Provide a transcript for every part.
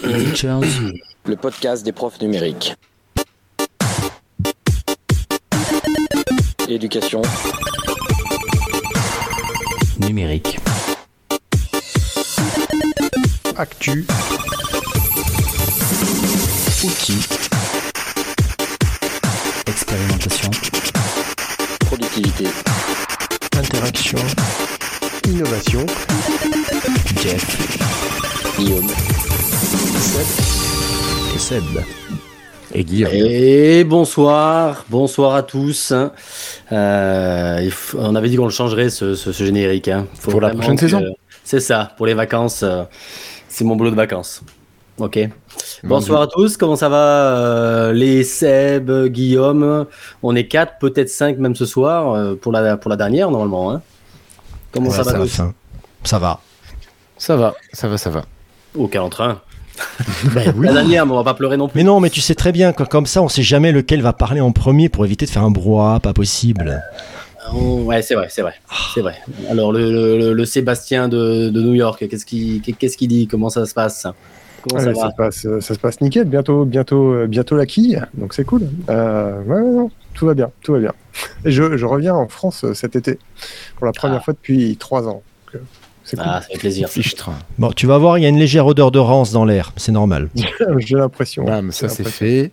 Teachers. Le podcast des profs numériques. Éducation. Numérique. Actu. Outils. Expérimentation. Productivité. Interaction. Innovation. Jeff. Guillaume. Et Seb. Et Guillaume. Et bonsoir à tous. On avait dit qu'on le changerait ce générique. Pour la prochaine saison. C'est ça, pour les vacances. C'est mon boulot de vacances. Ok. Bonsoir à tous, comment ça va les Seb, Guillaume, on est 4, peut-être 5 même ce soir pour la dernière normalement. Hein. Comment ça va tous ? Ça va. Aucun entre un. Ben oui. La dernière, mais on va pas pleurer non plus. Mais non, mais tu sais très bien que comme ça, on sait jamais lequel va parler en premier pour éviter de faire un brouhaha, pas possible. Ouais, c'est vrai. Alors le Sébastien de New York, qu'est-ce qu'il dit ? Comment ça se passe ? Comment ça va ? Ça se passe nickel. Bientôt la quille, donc c'est cool. Ouais, tout va bien. Et je reviens en France cet été pour la première fois depuis 3 ans. Donc, c'est cool. Ah, ça fait plaisir. Bon, tu vas voir, il y a une légère odeur de rance dans l'air, c'est normal. J'ai l'impression. Ouais, mais ça c'est fait.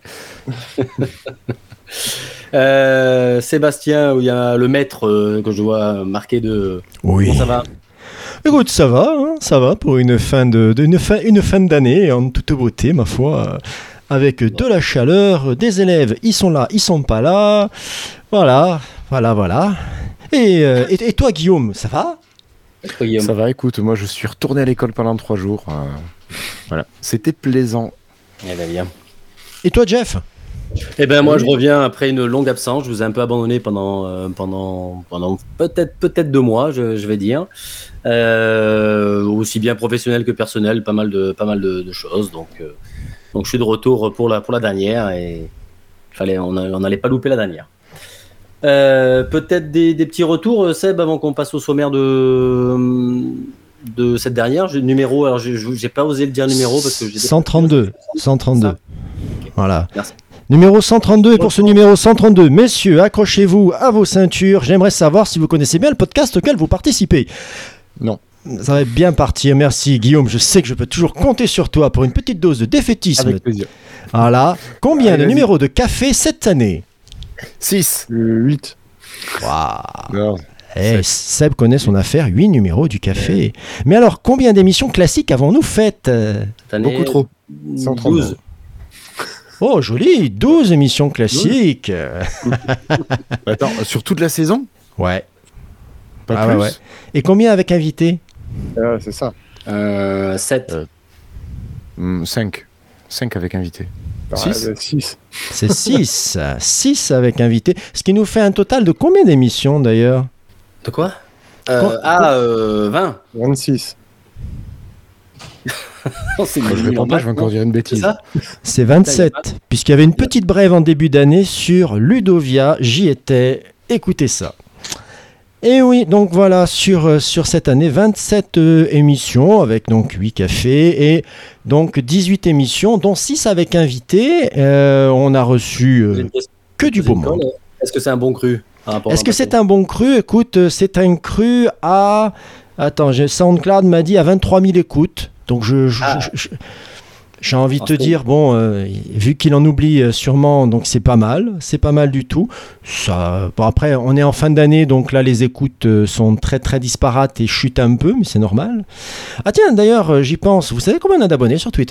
Sébastien, où il y a le maître que je vois marqué de. Oui. Comment ça va ? Écoute, ça va pour une fin d'année en toute beauté, ma foi, avec de la chaleur, des élèves, ils sont là, ils sont pas là, voilà. Et toi, Guillaume, ça va ? Ça va, écoute, moi je suis retourné à l'école pendant 3 jours. Voilà, c'était plaisant. Eh ben bien. Et toi, Jeff ? Eh ben moi je reviens après une longue absence. Je vous ai un peu abandonné pendant peut-être 2 mois, je vais dire. Aussi bien professionnel que personnel, pas mal de choses. Donc je suis de retour pour la dernière et on n'allait pas louper la dernière. Peut-être des petits retours, Seb, avant qu'on passe au sommaire de cette dernière. Numéro, alors j'ai pas osé le dire numéro parce que 132. Okay. Voilà. Merci. Numéro 132, et pour ce numéro 132, messieurs, accrochez-vous à vos ceintures. J'aimerais savoir si vous connaissez bien le podcast auquel vous participez. Non. Ça va bien partir, merci Guillaume. Je sais que je peux toujours compter sur toi pour une petite dose de défaitisme. Avec plaisir. Voilà. Combien de numéros de café cette année ? 6. 8. Waouh. Seb connaît son affaire, 8 numéros du café. Mais alors, combien d'émissions classiques avons-nous faites ? Beaucoup trop. 132. Oh, joli, 12 émissions classiques. Attends, sur toute la saison ? Ouais. Pas plus. Ouais. Et combien avec invité ? C'est ça. 7. 5. 5 avec invité. 6. C'est 6. 6 avec invité. Ce qui nous fait un total de combien d'émissions d'ailleurs ? De quoi ? 20. 26. C'est Je réponds pas, je vais encore dire une bêtise. C'est ça ? C'est 27, puisqu'il y avait une petite brève en début d'année sur Ludovia, j'y étais, écoutez ça. Et oui, donc voilà, sur cette année, 27 émissions, avec donc 8 cafés, et donc 18 émissions, dont 6 avec invités. On a reçu que du beau monde. Est-ce que c'est un bon cru ? Est-ce que c'est un bon cru ? Écoute, c'est un cru à... Attends, SoundCloud m'a dit à 23 000 écoutes. Donc j'ai envie de te dire, vu qu'il en oublie sûrement, donc c'est pas mal du tout. Après, on est en fin d'année, donc là les écoutes sont très très disparates et chutent un peu, mais c'est normal. Ah tiens, d'ailleurs, j'y pense, vous savez combien on a d'abonnés sur Twitter ?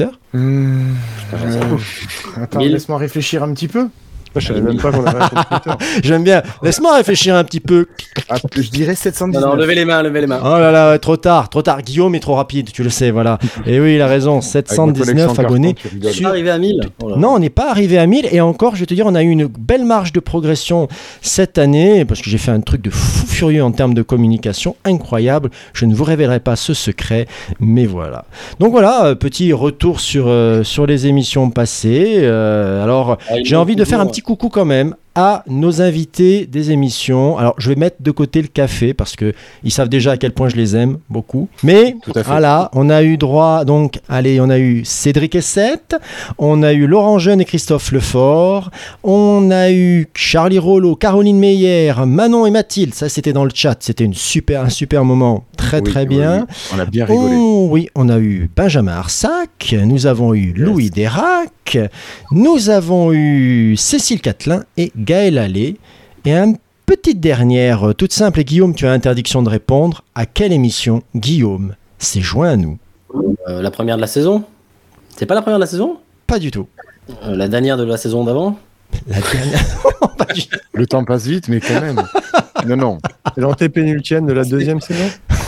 Attends, laisse-moi réfléchir un petit peu. Je savais même pas qu'on avait un compte Twitter. J'aime bien. Laisse-moi réfléchir un petit peu. Je dirais 719. Non, levez les mains. Oh là là, trop tard. Guillaume est trop rapide, tu le sais, voilà. Et oui, il a raison. 719 abonnés. On n'est pas arrivé à 1000. Non, on n'est pas arrivé à 1000. Et encore, je vais te dire, on a eu une belle marge de progression cette année, parce que j'ai fait un truc de fou furieux en termes de communication, incroyable. Je ne vous révélerai pas ce secret, mais voilà. Donc voilà, petit retour sur les émissions passées. Alors, j'ai envie de faire un petit coucou quand même à nos invités des émissions. Alors, je vais mettre de côté le café parce que ils savent déjà à quel point je les aime beaucoup. Mais Tout à fait. voilà, on a eu droit, donc, allez, on a eu Cédric Essette, on a eu Laurent Jeune et Christophe Lefort, on a eu Charlie Rollo, Caroline Meyer, Manon et Mathilde. Ça, c'était dans le chat. C'était un super moment. Très, Oui, très oui, bien. oui. On a bien rigolé. Oui, on a eu Benjamin Arsac, nous avons eu Louis Dérac, nous avons eu Cécile Catelin et Gaël Allais. Et une petite dernière, toute simple, et Guillaume, tu as interdiction de répondre. À quelle émission Guillaume s'est joint à nous? La première de la saison. C'est pas la première de la saison? Pas du tout. La dernière de la saison d'avant? La dernière. Pas du tout. Le temps passe vite, mais quand même. Non. L'antépénultième de la deuxième saison.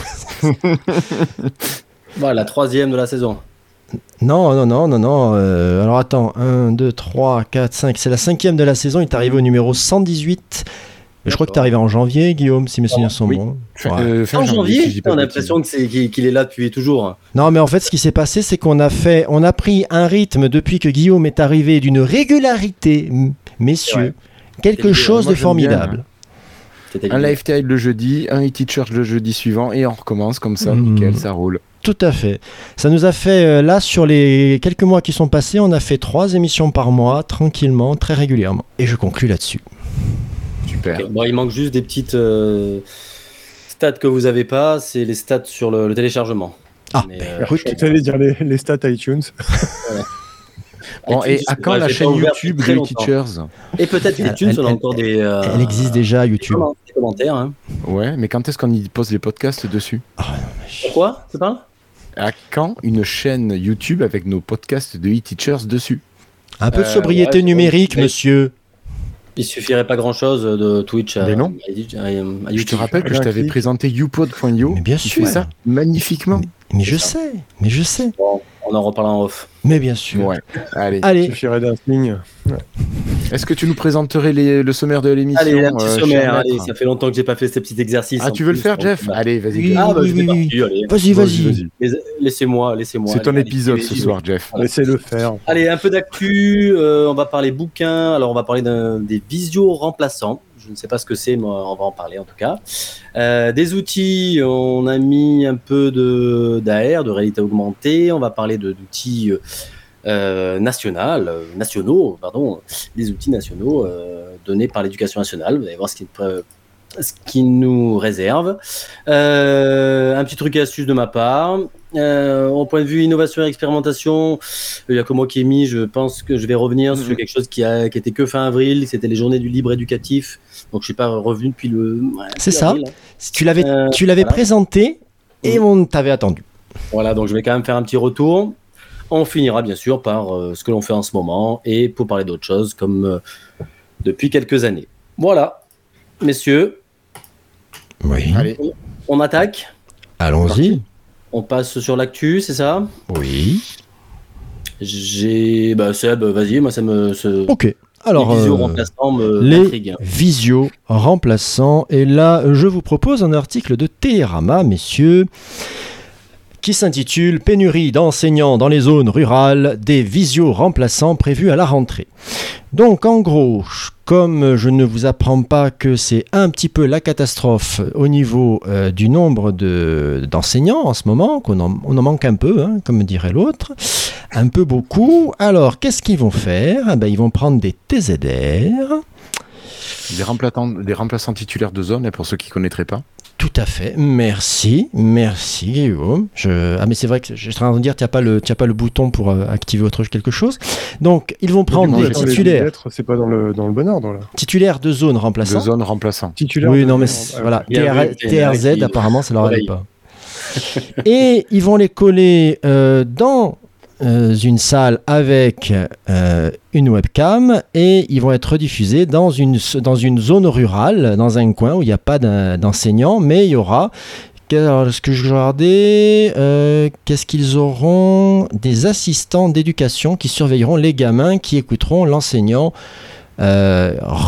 Voilà, la troisième de la saison. Non. Alors attends, 1, 2, 3, 4, 5. C'est la 5e de la saison. Il est arrivé au numéro 118. Je crois que tu es arrivé en janvier, Guillaume, si mes souvenirs sont oui. bons. Fin Ouais. En janvier, si je dis pas on a de l'impression qu'il est là depuis toujours. Non, mais en fait, ce qui s'est passé, c'est qu'on a pris un rythme depuis que Guillaume est arrivé d'une régularité, messieurs. Ouais. Quelque C'est chose moi, de j'aime formidable. C'était Un lifestyle le jeudi, un e-teacher le jeudi suivant, et on recommence comme ça, Mmh. nickel, ça roule. Tout à fait. Ça nous a fait, là, sur les quelques mois qui sont passés, on a fait 3 émissions par mois, tranquillement, très régulièrement. Et je conclus là-dessus. Super. Ok. Bon, il manque juste des petites stats que vous avez pas, c'est les stats sur le téléchargement. Ah, Mais, écoute, Tu allais dire les stats iTunes. Bon, et iTunes, à quand ouais, la j'ai chaîne pas ouvert YouTube depuis très de longtemps. e-teachers? Et peut-être iTunes, on a encore des elle existe déjà, YouTube. des commentaires. Hein. Ouais, mais quand est-ce qu'on y pose les podcasts dessus? Pourquoi? C'est pas? À quand une chaîne YouTube avec nos podcasts de e-teachers dessus? Un peu de sobriété ouais, numérique, mais- monsieur. Il suffirait pas grand-chose de Twitch à, Mais non. à YouTube. Je te rappelle que je Un t'avais clic. présenté youpod.io. Mais bien qui sûr. fait ça magnifiquement. Mais je sais. Bon, on en reparlera en off. Mais bien sûr. Ouais, allez. Il Allez, suffirait d'un signe. Est-ce que tu nous présenterais le sommaire de l'émission? Allez, un petit cher sommaire. maître Allez, ça fait longtemps que j'ai pas fait ces petits exercices. Ah, en tu veux le plus, faire, donc, Jeff? bah, Allez, vas-y. Oui. Jeff. Ah, bah, je vais oui. partir, allez. vas-y. Laissez-moi. C'est ton Allez, épisode allez, ce allez. soir, Jeff. Laissez-le faire. Allez, un peu d'actu. On va parler bouquins. Alors, on va parler des visios remplaçants. Je ne sais pas ce que c'est, mais on va en parler en tout cas. Des outils, on a mis un peu d'AR, de réalité augmentée. On va parler d'outils nationaux, des outils nationaux donnés par l'éducation nationale. Vous allez voir ce qui nous réserve. Un petit truc et astuce de ma part. Au point de vue innovation et expérimentation, il n'y a que moi qui ai mis, je pense que je vais revenir sur quelque chose qui était que fin avril, c'était les journées du libre éducatif. Donc je ne suis pas revenu depuis C'est depuis ça. avril, hein. Tu l'avais voilà. présenté et on t'avait attendu. Voilà, donc je vais quand même faire un petit retour. On finira bien sûr par ce que l'on fait en ce moment et pour parler d'autres choses comme depuis quelques années. Voilà, messieurs, Oui. Allez, on attaque. Allons-y. On passe sur l'actu, c'est ça? Oui. Seb, vas-y, moi ça me. Ok. Alors, les visios remplaçants les m'intriguent. visios remplaçants. Et là, je vous propose un article de Télérama, messieurs, qui s'intitule « Pénurie d'enseignants dans les zones rurales, des visios remplaçants prévus à la rentrée ». Donc, en gros, comme je ne vous apprends pas que c'est un petit peu la catastrophe au niveau du nombre d'enseignants en ce moment, on en manque un peu, hein, comme dirait l'autre, un peu beaucoup, alors qu'est-ce qu'ils vont faire? Eh ben, ils vont prendre des TZR. des remplaçants titulaires de zone, pour ceux qui ne connaîtraient pas. Tout à fait, merci Guillaume. Mais c'est vrai que je suis en train de dire, tu n'as pas le bouton pour activer quelque chose. Donc, ils vont prendre des titulaires. C'est pas dans le bon ordre là. Titulaires de zone remplaçant. De zone remplaçant. Titulaire. Oui, de- non, mais Ah, voilà, Bien vu, TRZ, qui- apparemment, ça leur allait Oreille. pas. Et ils vont les coller dans une salle avec une webcam et ils vont être rediffusés dans une zone rurale, dans un coin où il n'y a pas d'enseignants, mais il y aura, alors, ce que je regardais, qu'est-ce qu'ils auront? Des assistants d'éducation qui surveilleront les gamins qui écouteront l'enseignant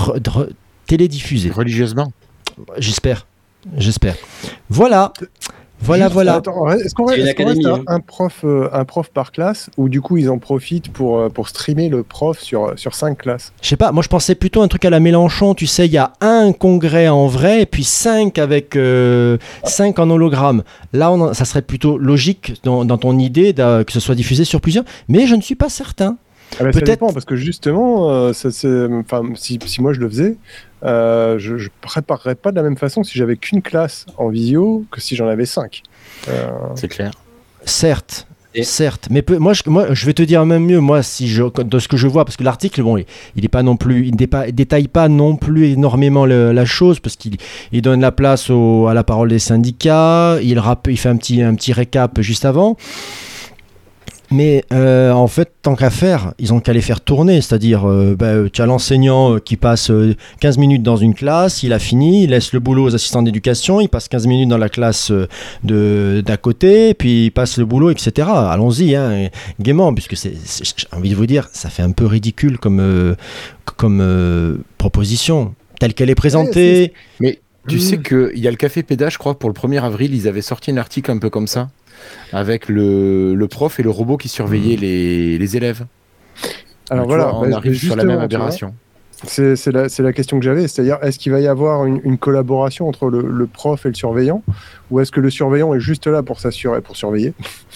télédiffusé. Religieusement. J'espère. Voilà. Voilà. Attends, est-ce qu'on C'est une reste académie, hein. un prof par classe ou du coup ils en profitent pour streamer le prof sur 5 classes? Je sais pas, moi je pensais plutôt un truc à la Mélenchon, tu sais, il y a un congrès en vrai et puis 5 avec 5 en hologramme. Là, ça serait plutôt logique dans ton idée que ce soit diffusé sur plusieurs, mais je ne suis pas certain. Ah bah, ça Peut-être- dépend, parce que justement, si moi je le faisais, je préparerais pas de la même façon si j'avais qu'une classe en visio que si j'en avais 5. C'est clair. Certes. Et- Certes, mais moi, je vais te dire même mieux, moi, de ce que je vois, parce que l'article, bon, il est pas non plus, il détaille pas non plus énormément la chose, parce qu'il donne la place à la parole des syndicats, il fait un petit récap juste avant. Mais en fait, tant qu'à faire, ils ont qu'à les faire tourner. C'est-à-dire, tu as l'enseignant qui passe 15 minutes dans une classe, il a fini, il laisse le boulot aux assistants d'éducation, il passe 15 minutes dans la classe d'à côté, puis il passe le boulot, etc. Allons-y, hein, gaiement, puisque j'ai envie de vous dire, ça fait un peu ridicule comme proposition. Telle qu'elle est présentée. Mais tu sais qu'il y a le Café Pédage, je crois, pour le 1er avril, ils avaient sorti un article un peu comme ça, avec le prof et le robot qui surveillaient les élèves. Alors Tu voilà, vois, on bah, arrive sur la même justement, tu vois, aberration. c'est la question que j'avais, c'est-à-dire est-ce qu'il va y avoir une collaboration entre le prof et le surveillant, ou est-ce que le surveillant est juste là pour s'assurer, pour surveiller,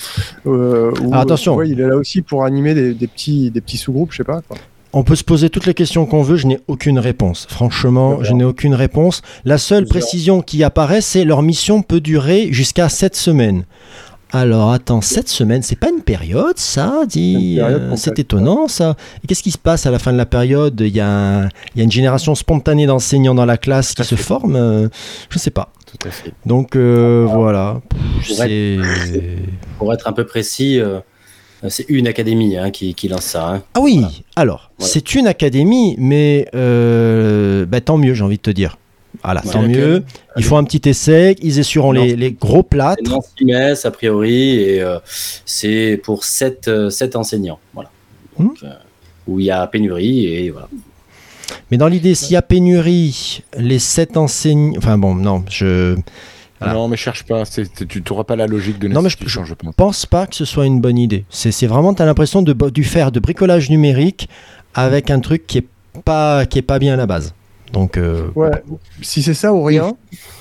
ou Attention. tu vois, il est là aussi pour animer des petits sous-groupes, je sais pas, quoi. On peut se poser toutes les questions qu'on veut, je n'ai aucune réponse. Franchement, D'accord. je n'ai aucune réponse. La seule Plusieurs. précision qui apparaît, c'est leur mission peut durer jusqu'à 7 semaines. Alors attends, 7 semaines, c'est pas une période, ça dit, Une période complète, c'est étonnant, ça. Et qu'est-ce qui se passe à la fin de la période? Il y a une génération spontanée d'enseignants dans la classe qui se forme. Je ne sais pas. Tout à fait. Donc voilà. Pour être un peu précis, c'est une académie qui lance ça. Hein. Ah oui. Alors, Voilà. c'est une académie, mais tant mieux, j'ai envie de te dire. Voilà, Ouais, tant laquelle? mieux. Ils font un petit essai, ils essuieront Non. les gros plâtres. C'est Nancy-Metz, a priori, et c'est pour 7 enseignants. Voilà. Donc, où il y a pénurie, et voilà. Mais dans l'idée, s'il y a pénurie, les 7 enseignants... Enfin bon, non, Voilà. Non, mais cherche pas, tu n'auras pas la logique de Non, mais l'institution, je pense. pense pas que ce soit une bonne idée. C'est vraiment, tu as l'impression de faire de bricolage numérique avec un truc qui est pas bien à la base. Donc, Ouais, si c'est ça ou rien,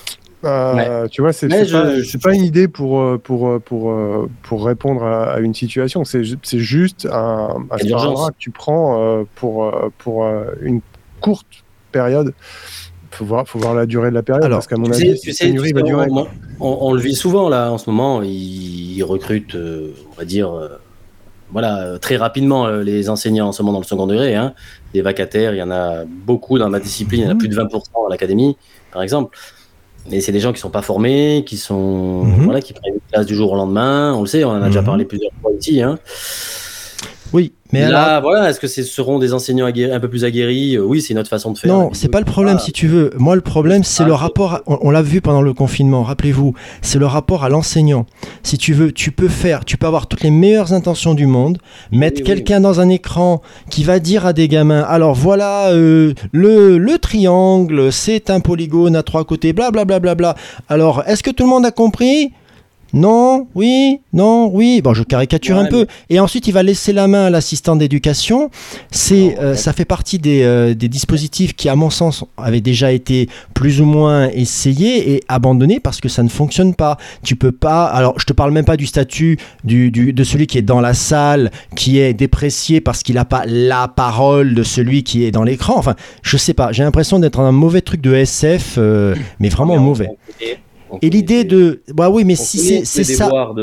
tu vois, c'est pas une idée pour répondre à une situation. C'est juste un sparadrap que tu prends pour une courte période. Faut voir la durée de la période, Alors, parce qu'à mon avis, cette pénurie va durer. On le vit souvent là en ce moment. Ils recrutent, on va dire, très rapidement les enseignants en ce moment dans le second degré. Hein. Des vacataires, il y en a beaucoup dans ma discipline. Il y en a plus de 20% à l'académie, par exemple. Mais c'est des gens qui sont pas formés, qui sont qui prennent une classe du jour au lendemain. On le sait, on en a déjà parlé plusieurs fois ici. Hein. Oui, mais là, alors... voilà, est-ce que ce seront des enseignants un peu plus aguerris? Oui, c'est notre façon de faire. Non, c'est pas le problème, si tu veux. Moi, le problème, c'est le rapport. On l'a vu pendant le confinement, rappelez-vous. C'est le rapport à l'enseignant. Si tu veux, tu peux avoir toutes les meilleures intentions du monde, mettre quelqu'un dans un écran qui va dire à des gamins, alors voilà, le triangle, c'est un polygone à 3 côtés, blablabla. Bla, bla, bla. Alors, est-ce que tout le monde a compris? Non, oui, non, oui. Bon, je caricature un peu. Et ensuite, il va laisser la main à l'assistant d'éducation. Ça fait partie des dispositifs qui, à mon sens, avaient déjà été plus ou moins essayés et abandonnés parce que ça ne fonctionne pas. Tu peux pas. Alors, je te parle même pas du statut de celui qui est dans la salle, qui est déprécié parce qu'il n'a pas la parole de celui qui est dans l'écran. Enfin, je sais pas. J'ai l'impression d'être dans un mauvais truc de SF, mais vraiment mauvais. Et l'idée de... Bah oui, mais si c'est ça...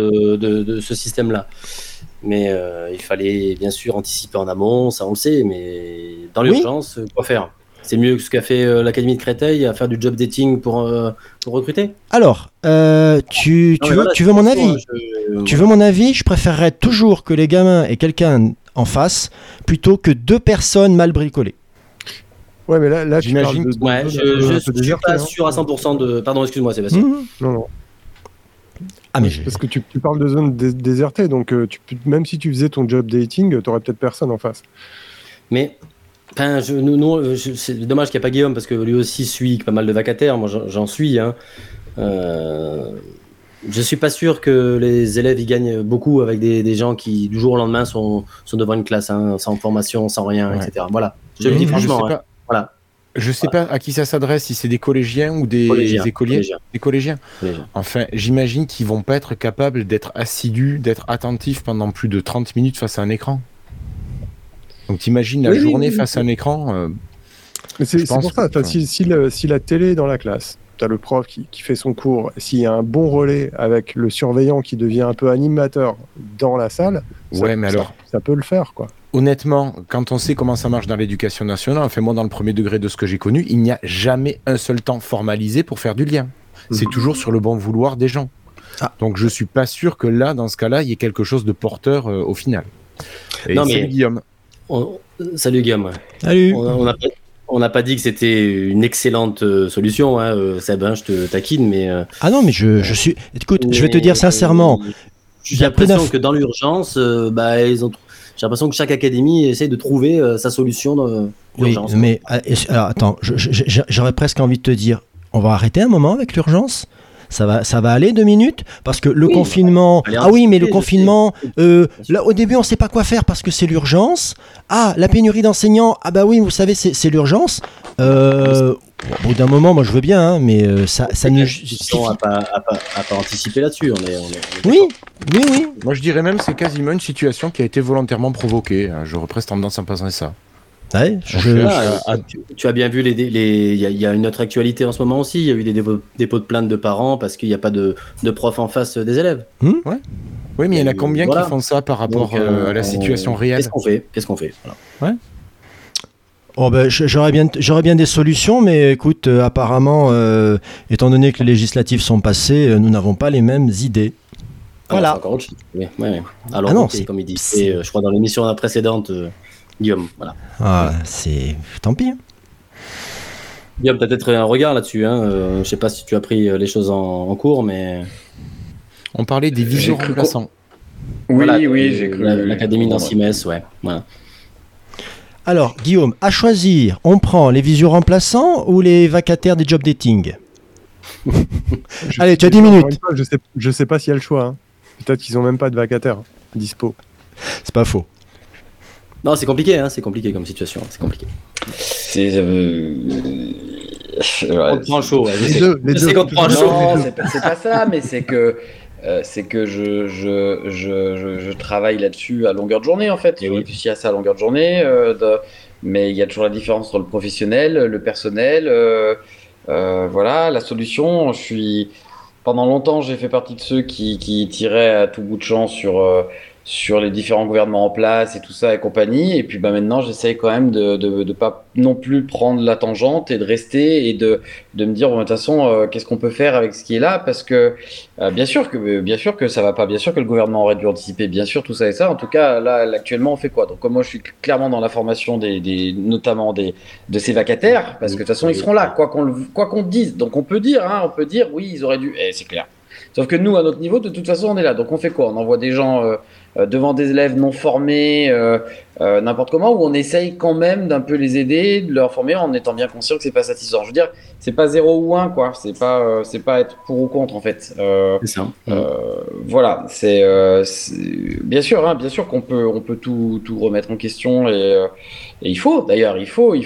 de ce système-là. Mais il fallait bien sûr anticiper en amont, ça on le sais, mais dans l'urgence, quoi faire? C'est mieux que ce qu'a fait l'Académie de Créteil à faire du job dating pour recruter? Alors, tu veux mon avis? Tu veux mon avis? Je préférerais toujours que les gamins aient quelqu'un en face plutôt que 2 personnes mal bricolées. Ouais, mais là j'imagine. Je suis pas sûr à 100% de. Pardon, excuse-moi, Sébastien. Non. Ah, mais parce que tu parles de zones désertées, donc même si tu faisais ton job dating, t'aurais peut-être personne en face. Mais. C'est dommage qu'il n'y a pas Guillaume parce que lui aussi suit pas mal de vacataires. Moi, j'en suis. Hein. Je suis pas sûr que les élèves y gagnent beaucoup avec des gens qui du jour au lendemain sont devant une classe, hein, sans formation, sans rien, Ouais. etc. Voilà. Je le dis franchement. Je sais hein. Voilà. Je sais pas à qui ça s'adresse, si c'est des collégiens ou des Collégiens, écoliers. collégiens. Des collégiens. Collégiens. Enfin, j'imagine qu'ils vont pas être capables d'être assidus, d'être attentifs pendant plus de 30 minutes face à un écran. Donc t'imagines la Oui, journée oui, oui. face à un écran. Mais c'est Je pense pour ça, que- enfin, si la télé est dans la classe, tu as le prof qui fait son cours, s'il y a un bon relais avec le surveillant qui devient un peu animateur dans la salle, Ouais, mais alors, ça peut le faire, quoi. honnêtement, quand on sait comment ça marche dans l'éducation nationale, enfin moi dans le premier degré de ce que j'ai connu, il n'y a jamais un seul temps formalisé pour faire du lien. C'est toujours sur le bon vouloir des gens. Ah. Donc je suis pas sûr que là, dans ce cas-là, il y ait quelque chose de porteur au final. Et Non, salut mais- Guillaume. Salut Guillaume. Salut. On n'a pas dit que c'était une excellente solution, hein, Seb, hein, je te taquine, mais... Ah non, mais je suis. Écoute, je vais te dire sincèrement. J'ai il y a peu l'impression que dans l'urgence, j'ai l'impression que chaque académie essaie de trouver sa solution Oui, d'urgence. mais alors, attends, j'aurais presque envie de te dire, on va arrêter un moment avec l'urgence. Ça va aller 2 minutes parce que le Oui, confinement. allez, Ah oui, mais le anticiper, je confinement. Là, au début, on sait pas quoi faire parce que c'est l'urgence. Ah, la pénurie d'enseignants. Ah bah oui, vous savez, c'est l'urgence. Au bout d'un moment, moi, je veux bien, hein, mais ça ne justifie. à pas anticiper là-dessus. On est Oui, oui. Moi je dirais même que c'est quasiment une situation qui a été volontairement provoquée. J'aurais presque tendance à penser ça. Ouais, tu as bien vu, il y a une autre actualité en ce moment aussi. Il y a eu des dépôts de plainte de parents parce qu'il n'y a pas de prof en face des élèves. Oui, mais il y en a combien Voilà. qui font ça par rapport Donc, à la situation réelle? Qu'est-ce qu'on fait Voilà. Oh ben, j'aurais bien des solutions, mais écoute, apparemment, étant donné que les législatives sont passées, nous n'avons pas les mêmes idées. Voilà. C'est encore autre chose. Oui, ouais. Alors, Ah non, ok, c'est- comme il dit, c'est- je crois dans l'émission précédente, Guillaume. Voilà. Ah, c'est. Tant pis. Guillaume, t'as peut-être un regard là-dessus. Je sais pas si tu as pris les choses en cours, mais On parlait des J'ai visio cru remplaçants. Oui, voilà, j'ai cru. l'Académie d'Ancy-Metz, ouais. Voilà. Alors, Guillaume, à choisir, on prend les visio remplaçants ou les vacataires des job dating? Allez, tu as 10 Encore minutes. une fois, je sais pas s'il y a le choix. Hein. Peut-être qu'ils ont même pas de vacataires dispo. C'est pas faux. Non, c'est compliqué, c'est compliqué comme situation. C'est compliqué. C'est. On te prend chaud. Ouais, je sais. Les Je sais deux. qu'on te prend chaud. Non, c'est pas ça, mais c'est que je travaille là-dessus à longueur de journée en fait. Je Oui. réfléchis à ça à longueur de journée, mais il y a toujours la différence entre le professionnel, le personnel. Voilà, la solution. Pendant longtemps, j'ai fait partie de ceux qui tiraient à tout bout de champ sur les différents gouvernements en place et tout ça et compagnie. Et puis maintenant, j'essaye quand même de pas non plus prendre la tangente et de rester et de me dire, bon, de toute façon, qu'est-ce qu'on peut faire avec ce qui est là? Parce que bien sûr que ça va pas, bien sûr que le gouvernement aurait dû anticiper, bien sûr tout ça et ça. En tout cas, là, actuellement, on fait quoi? Donc, comme moi, je suis clairement dans la formation notamment de ces vacataires, parce que de toute façon, ils seront là, quoi qu'on dise. Donc, on peut dire, oui, ils auraient dû. Et c'est clair. Sauf que nous, à notre niveau, de toute façon, on est là. Donc, on fait quoi? On envoie des gens devant des élèves non formés, n'importe comment, où on essaye quand même d'un peu les aider, de leur former en étant bien conscient que c'est pas satisfaisant. Je veux dire, c'est pas 0 ou 1, quoi. C'est pas être pour ou contre, en fait. C'est ça. Voilà, c'est bien sûr qu'on peut tout remettre en question et il faut d'ailleurs, il faut.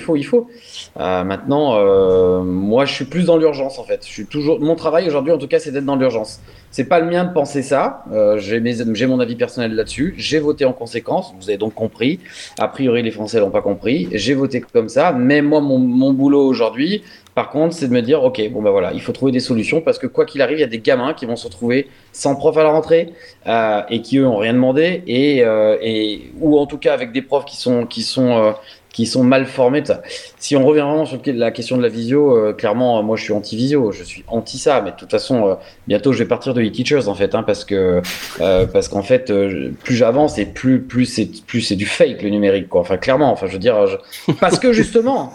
Maintenant, moi, je suis plus dans l'urgence en fait. Mon travail aujourd'hui, en tout cas, c'est d'être dans l'urgence. C'est pas le mien de penser ça. J'ai mon avis personnel là-dessus. J'ai voté en conséquence. Vous avez donc compris. A priori, les Français l'ont pas compris. J'ai voté comme ça. Mais moi, mon boulot aujourd'hui, par contre, c'est de me dire, ok, bon ben voilà, il faut trouver des solutions parce que quoi qu'il arrive, il y a des gamins qui vont se retrouver sans prof à la rentrée et qui eux ont rien demandé ou en tout cas avec des profs qui sont mal formés. Si on revient vraiment sur la question de la visio, clairement, moi je suis anti-visio, je suis anti ça, mais de toute façon, bientôt je vais partir de e-teachers en fait, parce qu'en fait, plus j'avance et plus c'est du fake le numérique, quoi. Enfin, clairement, je veux dire, parce que justement,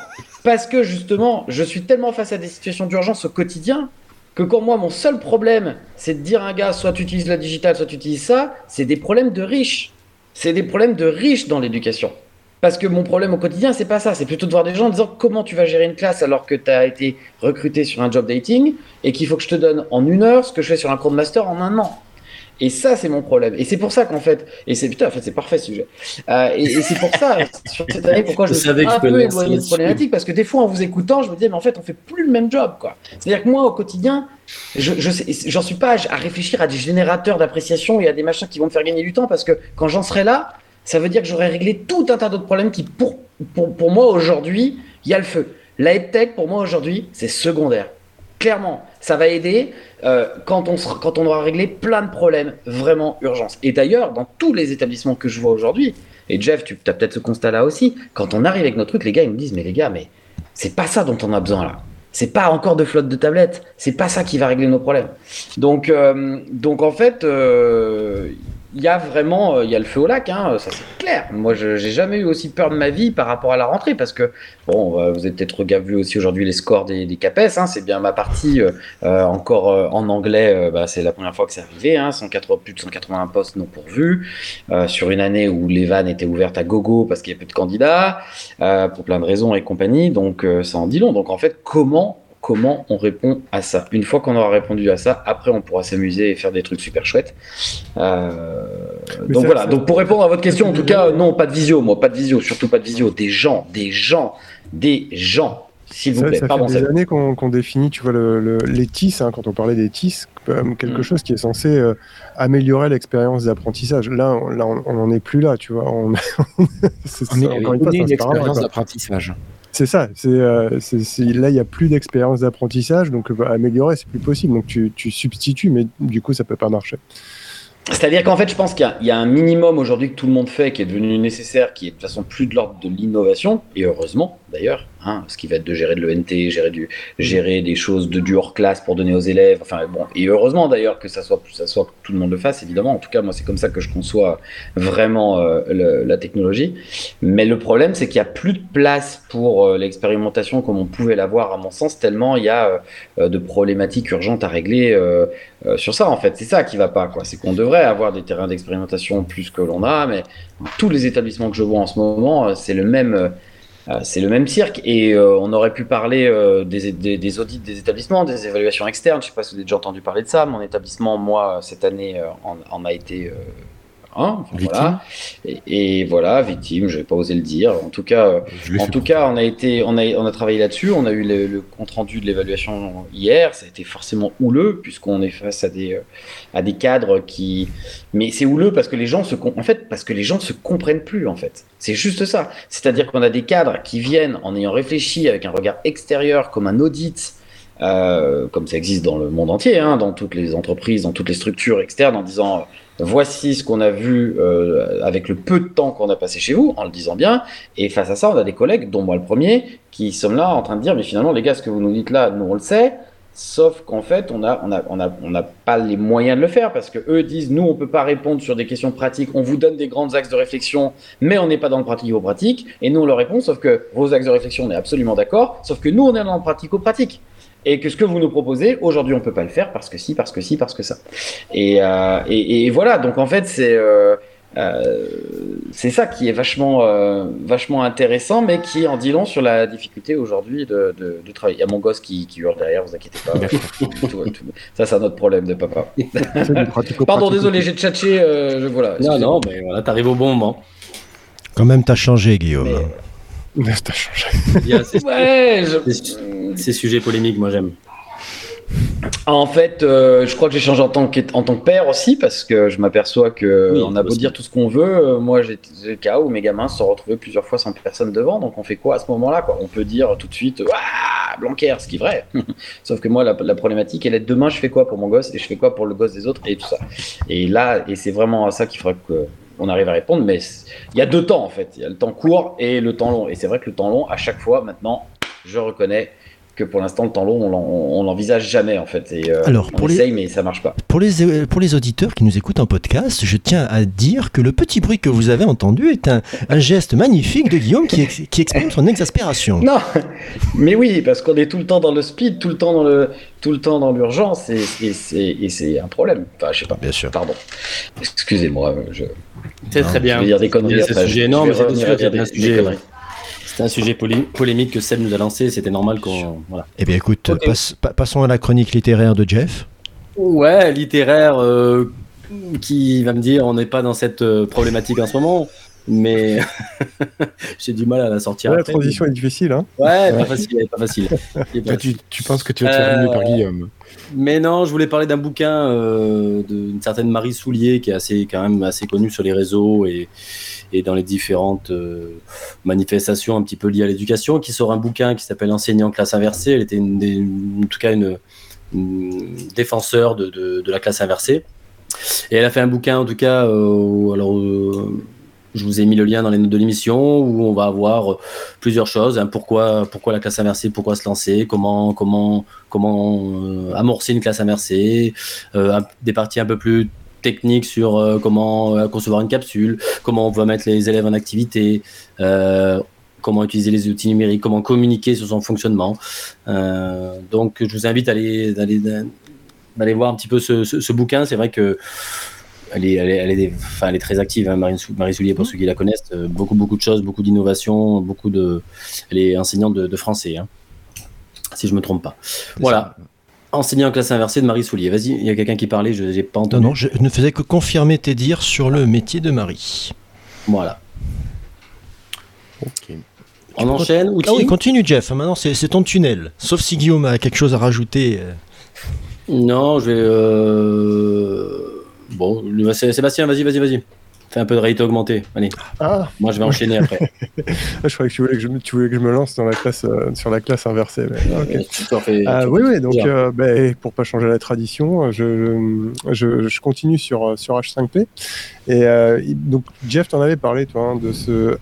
je suis tellement face à des situations d'urgence au quotidien que quand moi, mon seul problème, c'est de dire à un gars, soit tu utilises la digitale, soit tu utilises ça, c'est des problèmes de riches. C'est des problèmes de riches dans l'éducation. Parce que mon problème au quotidien, c'est pas ça. C'est plutôt de voir des gens en disant comment tu vas gérer une classe alors que tu as été recruté sur un job dating et qu'il faut que je te donne en 1 heure ce que je fais sur un cours de master en 1 an. Et ça, c'est mon problème. Et c'est pour ça qu'en fait, c'est parfait ce sujet. Et c'est pour ça, sur cette année, pourquoi je me suis un peu éloigné de problématique, parce que des fois, en vous écoutant, je me disais, mais en fait, on fait plus le même job, quoi. C'est-à-dire que moi, au quotidien, j'en suis pas à réfléchir à des générateurs d'appréciation et à des machins qui vont me faire gagner du temps, parce que quand j'en serai là, ça veut dire que j'aurai réglé tout un tas d'autres problèmes qui, pour moi, aujourd'hui, il y a le feu. La EdTech, pour moi, aujourd'hui, c'est secondaire. Clairement, ça va aider quand on aura réglé plein de problèmes vraiment urgence. Et d'ailleurs, dans tous les établissements que je vois aujourd'hui, et Jeff, tu as peut-être ce constat-là aussi, quand on arrive avec nos trucs, les gars, ils me disent, mais les gars, mais c'est pas ça dont on a besoin là. C'est pas encore de flotte de tablettes. C'est pas ça qui va régler nos problèmes. Donc en fait, il y a vraiment, il y a le feu au lac, hein, ça c'est clair. Moi, j'ai jamais eu aussi peur de ma vie par rapport à la rentrée, parce que bon, vous avez peut-être vu aussi aujourd'hui les scores des CAPES, hein, c'est bien ma partie encore en anglais, c'est la première fois que c'est arrivé, hein, plus de 180 postes non pourvus sur une année où les vannes étaient ouvertes à gogo parce qu'il y a peu de candidats pour plein de raisons et compagnie, donc ça en dit long. Donc en fait, comment on répond à ça? Une fois qu'on aura répondu à ça, après on pourra s'amuser et faire des trucs super chouettes. Donc voilà, donc pour répondre à votre question, en tout cas, non, pas de visio, surtout pas de visio, des gens, s'il vous plaît. Ça fait des années qu'on définit, tu vois, les TIS, hein, quand on parlait des TIS, comme quelque chose qui est censé améliorer l'expérience d'apprentissage. Là, on n'en est plus là, tu vois. On est une expérience d'apprentissage. C'est ça, là il n'y a plus d'expérience d'apprentissage, donc améliorer c'est plus possible, donc tu substitues, mais du coup ça peut pas marcher. C'est-à-dire qu'en fait je pense qu'il y a un minimum aujourd'hui que tout le monde fait, qui est devenu nécessaire, qui est de toute façon plus de l'ordre de l'innovation, et heureusement d'ailleurs, hein, ce qui va être de gérer de l'ENT, gérer des choses du hors-classe pour donner aux élèves, enfin bon, et heureusement d'ailleurs que ça soit que tout le monde le fasse, évidemment, en tout cas moi c'est comme ça que je conçois vraiment la technologie, mais le problème c'est qu'il n'y a plus de place pour l'expérimentation comme on pouvait l'avoir à mon sens, tellement il y a de problématiques urgentes à régler sur ça en fait, c'est ça qui va pas, quoi. C'est qu'on devrait avoir des terrains d'expérimentation plus que l'on a, mais dans tous les établissements que je vois en ce moment, c'est le même cirque, et on aurait pu parler des audits des établissements, des évaluations externes. Je ne sais pas si vous avez déjà entendu parler de ça. Mon établissement, moi, cette année, en a été victime. Voilà. Et voilà, victime, je vais pas oser le dire. En tout cas, on a travaillé là-dessus. On a eu le compte rendu de l'évaluation hier. Ça a été forcément houleux puisqu'on est face à des cadres qui. Mais c'est houleux parce que les gens se comprennent plus en fait. C'est juste ça. C'est-à-dire qu'on a des cadres qui viennent en ayant réfléchi avec un regard extérieur, comme un audit. Comme ça existe dans le monde entier, hein, dans toutes les entreprises, dans toutes les structures externes, en disant voici ce qu'on a vu avec le peu de temps qu'on a passé chez vous, en le disant bien. Et face à ça, on a des collègues, dont moi le premier, qui sommes là en train de dire mais finalement les gars, ce que vous nous dites là, nous on le sait. Sauf qu'en fait, on n'a pas les moyens de le faire parce que eux disent nous on peut pas répondre sur des questions pratiques. On vous donne des grands axes de réflexion, mais on n'est pas dans le pratico-pratique. Et nous on leur répond sauf que vos axes de réflexion on est absolument d'accord. Sauf que nous on est dans le pratico-pratique. Et que ce que vous nous proposez, aujourd'hui, on peut pas le faire parce que si, parce que ça. Et voilà. Donc en fait, c'est ça qui est vachement intéressant, mais qui en dit long sur la difficulté aujourd'hui de travailler. Il y a mon gosse qui hurle derrière, vous inquiétez pas. Ça, c'est un autre problème de papa. Pardon, désolé, j'ai tchatché. Voilà. Non, mais voilà, t'arrives au bon moment. Quand même, t'as changé, Guillaume. T'as changé. Ces sujets polémiques, moi j'aime. En fait, je crois que j'ai changé en tant que père aussi, parce que je m'aperçois que on a beau dire tout ce qu'on veut, moi j'ai le cas où mes gamins se sont retrouvés plusieurs fois sans personne devant, donc on fait quoi à ce moment-là, quoi? On peut dire tout de suite Blanquer, ce qui est vrai. Sauf que moi la problématique elle est demain je fais quoi pour mon gosse et je fais quoi pour le gosse des autres et tout ça. Et là, et c'est vraiment à ça qu'il faudra qu'on arrive à répondre, mais il y a 2 temps en fait, il y a le temps court et le temps long, et c'est vrai que le temps long à chaque fois maintenant je reconnais que pour l'instant, le temps long, on l'envisage jamais, en fait. Et, Alors, on essaye, mais ça marche pas. Pour les auditeurs qui nous écoutent en podcast, je tiens à dire que le petit bruit que vous avez entendu est un geste magnifique de Guillaume qui exprime son exaspération. Non, mais oui, parce qu'on est tout le temps dans le speed, tout le temps dans l'urgence, et c'est un problème. Enfin, je sais pas. Bien sûr. Pardon. Excusez-moi. C'est très bien. Je vais dire des conneries C'est un après. sujet Je énorme, vais mais c'est revenir sûr à dire qu'il y a des un sujet. conneries. C'est un sujet polémique que Seb nous a lancé, c'était normal qu'on... Voilà. Eh bien écoute, Ok. passons à la chronique littéraire de Jeff. Ouais, littéraire, qui va me dire on n'est pas dans cette problématique en ce moment, mais j'ai du mal à la sortir. Ouais, la après. transition est difficile, hein. Ouais, pas facile, pas facile. Toi, tu penses que tu vas te faire mieux par Guillaume. Mais non, je voulais parler d'un bouquin d'une certaine Marie Soulier qui est quand même assez connue sur les réseaux et dans les différentes manifestations un petit peu liées à l'éducation, qui sort un bouquin qui s'appelle Enseignant classe inversée. Elle était en tout cas une défenseur de la classe inversée. Et elle a fait un bouquin, en tout cas, je vous ai mis le lien dans les notes de l'émission, où on va avoir plusieurs choses. Hein, pourquoi la classe inversée, pourquoi se lancer, comment amorcer une classe inversée, des parties un peu plus techniques sur comment concevoir une capsule, comment on va mettre les élèves en activité, comment utiliser les outils numériques, comment communiquer sur son fonctionnement. Donc, je vous invite à aller voir un petit peu ce bouquin. C'est vrai que elle est très active, hein, Marie Soulier, pour ceux qui la connaissent. Beaucoup de choses, beaucoup d'innovations, elle est enseignante de français, hein, si je me trompe pas. Voilà. Enseignant en classe inversée de Marie Soulier. Vas-y, il y a quelqu'un qui parlait, je n'ai pas entendu. Non, je ne faisais que confirmer tes dires sur le métier de Marie. Voilà. Ok. On enchaîne ou Ah oui, continue Jeff, maintenant c'est ton tunnel. Sauf si Guillaume a quelque chose à rajouter. Non, je vais... Bon, Sébastien, vas-y. Fais un peu de réalité augmentée. Allez, Ah, moi je vais enchaîner après. je croyais que tu voulais que je me lance dans la classe, sur la classe inversée. Mais, ok. Tu t'en fais- Oui, donc bien. pour pas changer la tradition, je continue sur H5P. Et donc, Jeff, t'en avais parlé, toi, hein, de ce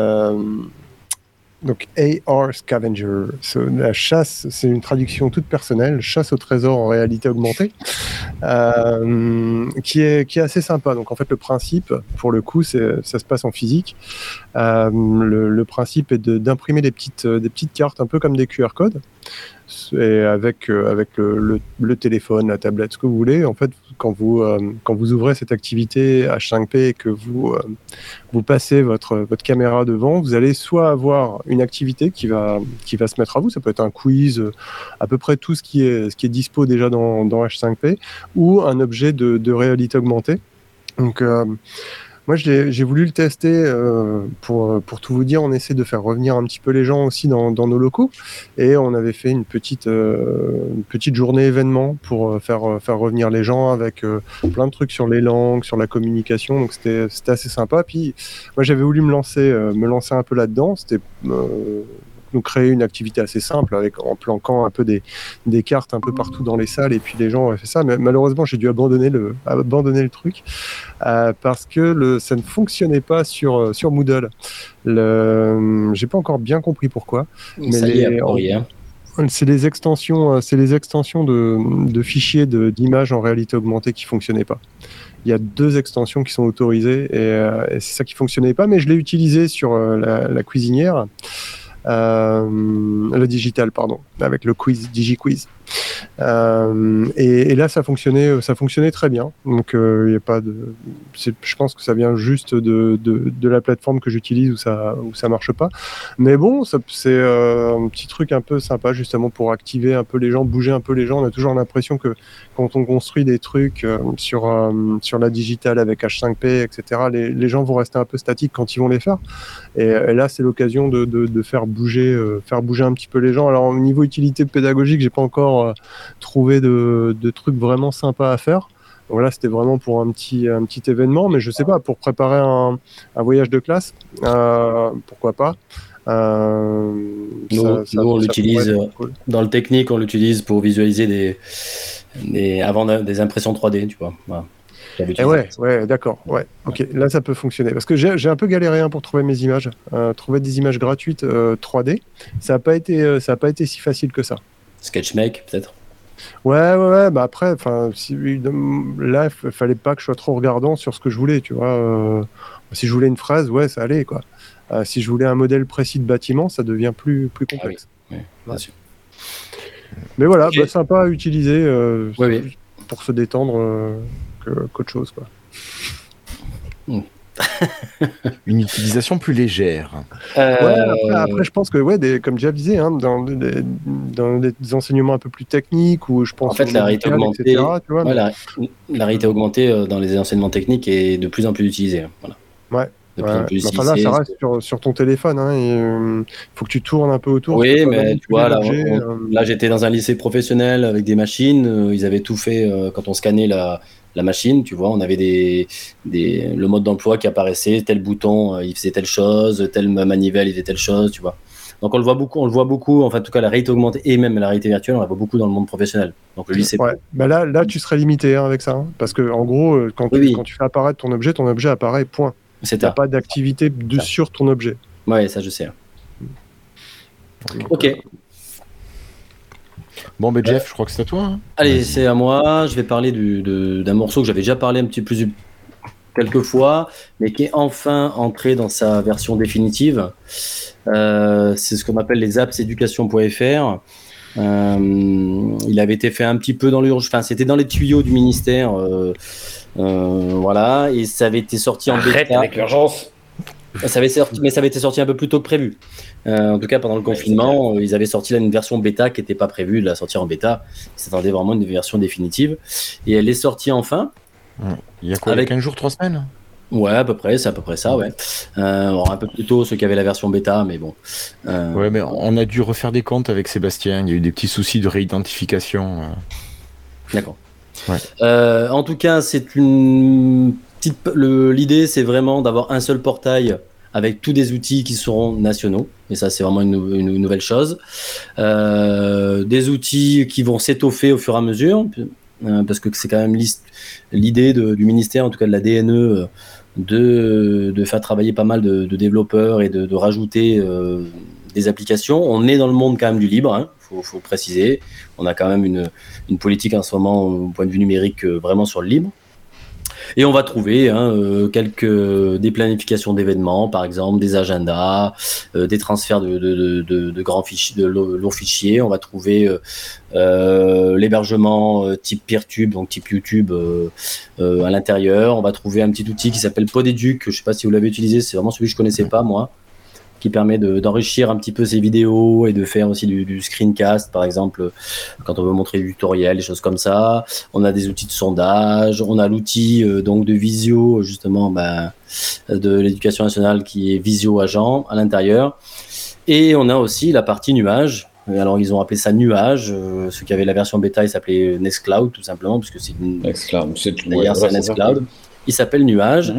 donc AR Scavenger. La chasse, c'est une traduction toute personnelle, chasse au trésor en réalité augmentée, qui est assez sympa. Donc en fait, le principe, pour le coup, ça se passe en physique. Le principe est d'imprimer des petites cartes, un peu comme des QR codes, et avec le téléphone, la tablette, ce que vous voulez. En fait, quand vous ouvrez cette activité H5P et que vous passez votre caméra devant, vous allez soit avoir une activité qui va se mettre à vous, ça peut être un quiz, à peu près tout ce qui est dispo déjà dans H5P, ou un objet de réalité augmentée. Donc moi, j'ai voulu le tester pour tout vous dire. On essaie de faire revenir un petit peu les gens aussi dans nos locaux, et on avait fait une petite journée événement pour faire revenir les gens avec plein de trucs sur les langues, sur la communication. Donc c'était assez sympa. Puis moi, j'avais voulu me lancer un peu là-dedans. C'était nous créer une activité assez simple en planquant un peu des cartes un peu partout dans les salles, et puis les gens ont fait ça, mais malheureusement j'ai dû abandonner le truc parce que ça ne fonctionnait pas sur Moodle. J'ai pas encore bien compris pourquoi, mais Ça y est, a priori, hein. c'est les extensions de fichiers d'images en réalité augmentée qui fonctionnaient pas. Il y a 2 extensions qui sont autorisées, et c'est ça qui fonctionnait pas, mais je l'ai utilisé sur la cuisinière. Le digital, pardon, avec le quiz, DigiQuiz. Et là, ça fonctionnait très bien. Donc, y a pas je pense que ça vient juste de la plateforme que j'utilise où ça marche pas. Mais bon, c'est un petit truc un peu sympa, justement, pour activer un peu les gens, bouger un peu les gens. On a toujours l'impression que quand on construit des trucs sur la digitale avec H5P, etc., les gens vont rester un peu statiques quand ils vont les faire. Et là, c'est l'occasion de faire bouger un petit peu les gens. Alors, au niveau utilité pédagogique, j'ai pas encore trouvé de trucs vraiment sympas à faire. Voilà, c'était vraiment pour un petit événement, mais je sais pas, pour préparer un voyage de classe, pourquoi pas. Nous, on l'utilise cool. Dans le technique, on l'utilise pour visualiser des impressions 3D, tu vois. Voilà. Et ouais, d'accord. Ouais, ok. Là, ça peut fonctionner. Parce que j'ai un peu galéré pour trouver mes images. Trouver des images gratuites 3D, ça n'a pas été si facile que ça. Sketchmake, peut-être. Ouais. Bah après, là, il fallait pas que je sois trop regardant sur ce que je voulais, tu vois. Si je voulais une phrase, ouais, ça allait, quoi. Si je voulais un modèle précis de bâtiment, ça devient plus complexe. Oui, bien sûr. Mais voilà, sympa à utiliser pour se détendre qu'autre chose, quoi. Une utilisation plus légère. Après, je pense que, comme déjà disais, dans des enseignements un peu plus techniques, où je pense en fait, la réalité augmentée, etc., tu vois, la réalité augmentée dans les enseignements techniques est de plus en plus utilisée. Voilà. Ouais. Là, ça reste sur ton téléphone. Il faut que tu tournes un peu autour. Oui, mais tu vois, là, j'étais dans un lycée professionnel avec des machines. Ils avaient tout fait quand on scannait la machine. Tu vois, on avait le mode d'emploi qui apparaissait. Tel bouton, il faisait telle chose. Telle manivelle, il faisait telle chose. Tu vois. Donc, on le voit beaucoup. Enfin, en tout cas, la réalité augmentée et même la réalité virtuelle, on la voit beaucoup dans le monde professionnel. Donc, le lycée. Ouais. Bah là, tu serais limité avec ça. Parce que, en gros, quand tu fais apparaître ton objet apparaît, point. Il n'y a pas d'activité sur ton objet. Ouais, ça je sais. Ok. Bon, Jeff, je crois que c'est à toi. Allez, c'est à moi. Je vais parler d'un morceau que j'avais déjà parlé un petit peu quelques fois, mais qui est enfin entré dans sa version définitive. C'est ce qu'on appelle les apps education.fr. Il avait été fait un petit peu dans l'urgence. Enfin, c'était dans les tuyaux du ministère. Voilà, et ça avait été sorti en bêta. Arrête avec l'urgence. Mais ça avait été sorti un peu plus tôt que prévu. En tout cas, pendant le confinement, ils avaient sorti là une version bêta qui n'était pas prévue de la sortir en bêta. Ils s'attendaient vraiment à une version définitive. Et elle est sortie enfin. Il y a quoi, 15 jours, 3 semaines? Ouais, à peu près, c'est à peu près ça, ouais. Un peu plus tôt, ceux qui avaient la version bêta, mais bon. Ouais, mais on a dû refaire des comptes avec Sébastien. Il y a eu des petits soucis de réidentification. D'accord. Ouais. En tout cas, c'est l'idée, c'est vraiment d'avoir un seul portail avec tous des outils qui seront nationaux. Et ça, c'est vraiment une nouvelle chose. Des outils qui vont s'étoffer au fur et à mesure, parce que c'est quand même l'idée du ministère, en tout cas de la DNE, de faire travailler pas mal de développeurs et de rajouter des applications. On est dans le monde quand même du libre, faut préciser. On a quand même une politique en ce moment au point de vue numérique vraiment sur le libre. Et on va trouver des planifications d'événements, par exemple, des agendas, des transferts de grands fichiers, de lourds fichiers. On va trouver l'hébergement type Peertube, donc type YouTube à l'intérieur. On va trouver un petit outil qui s'appelle Podeduc. Je ne sais pas si vous l'avez utilisé, c'est vraiment celui que je ne connaissais pas, moi, qui permet d'enrichir un petit peu ces vidéos et de faire aussi du screencast, par exemple, quand on veut montrer du tutoriel, des choses comme ça. On a des outils de sondage, on a l'outil donc de visio, justement, de l'éducation nationale qui est Visio Agent à l'intérieur. Et on a aussi la partie nuage. Alors, ils ont appelé ça nuage. Ceux qui avaient la version bêta, il s'appelait Nextcloud, tout simplement, puisque c'est Nextcloud. D'ailleurs, c'est un Nextcloud. Il s'appelle nuage.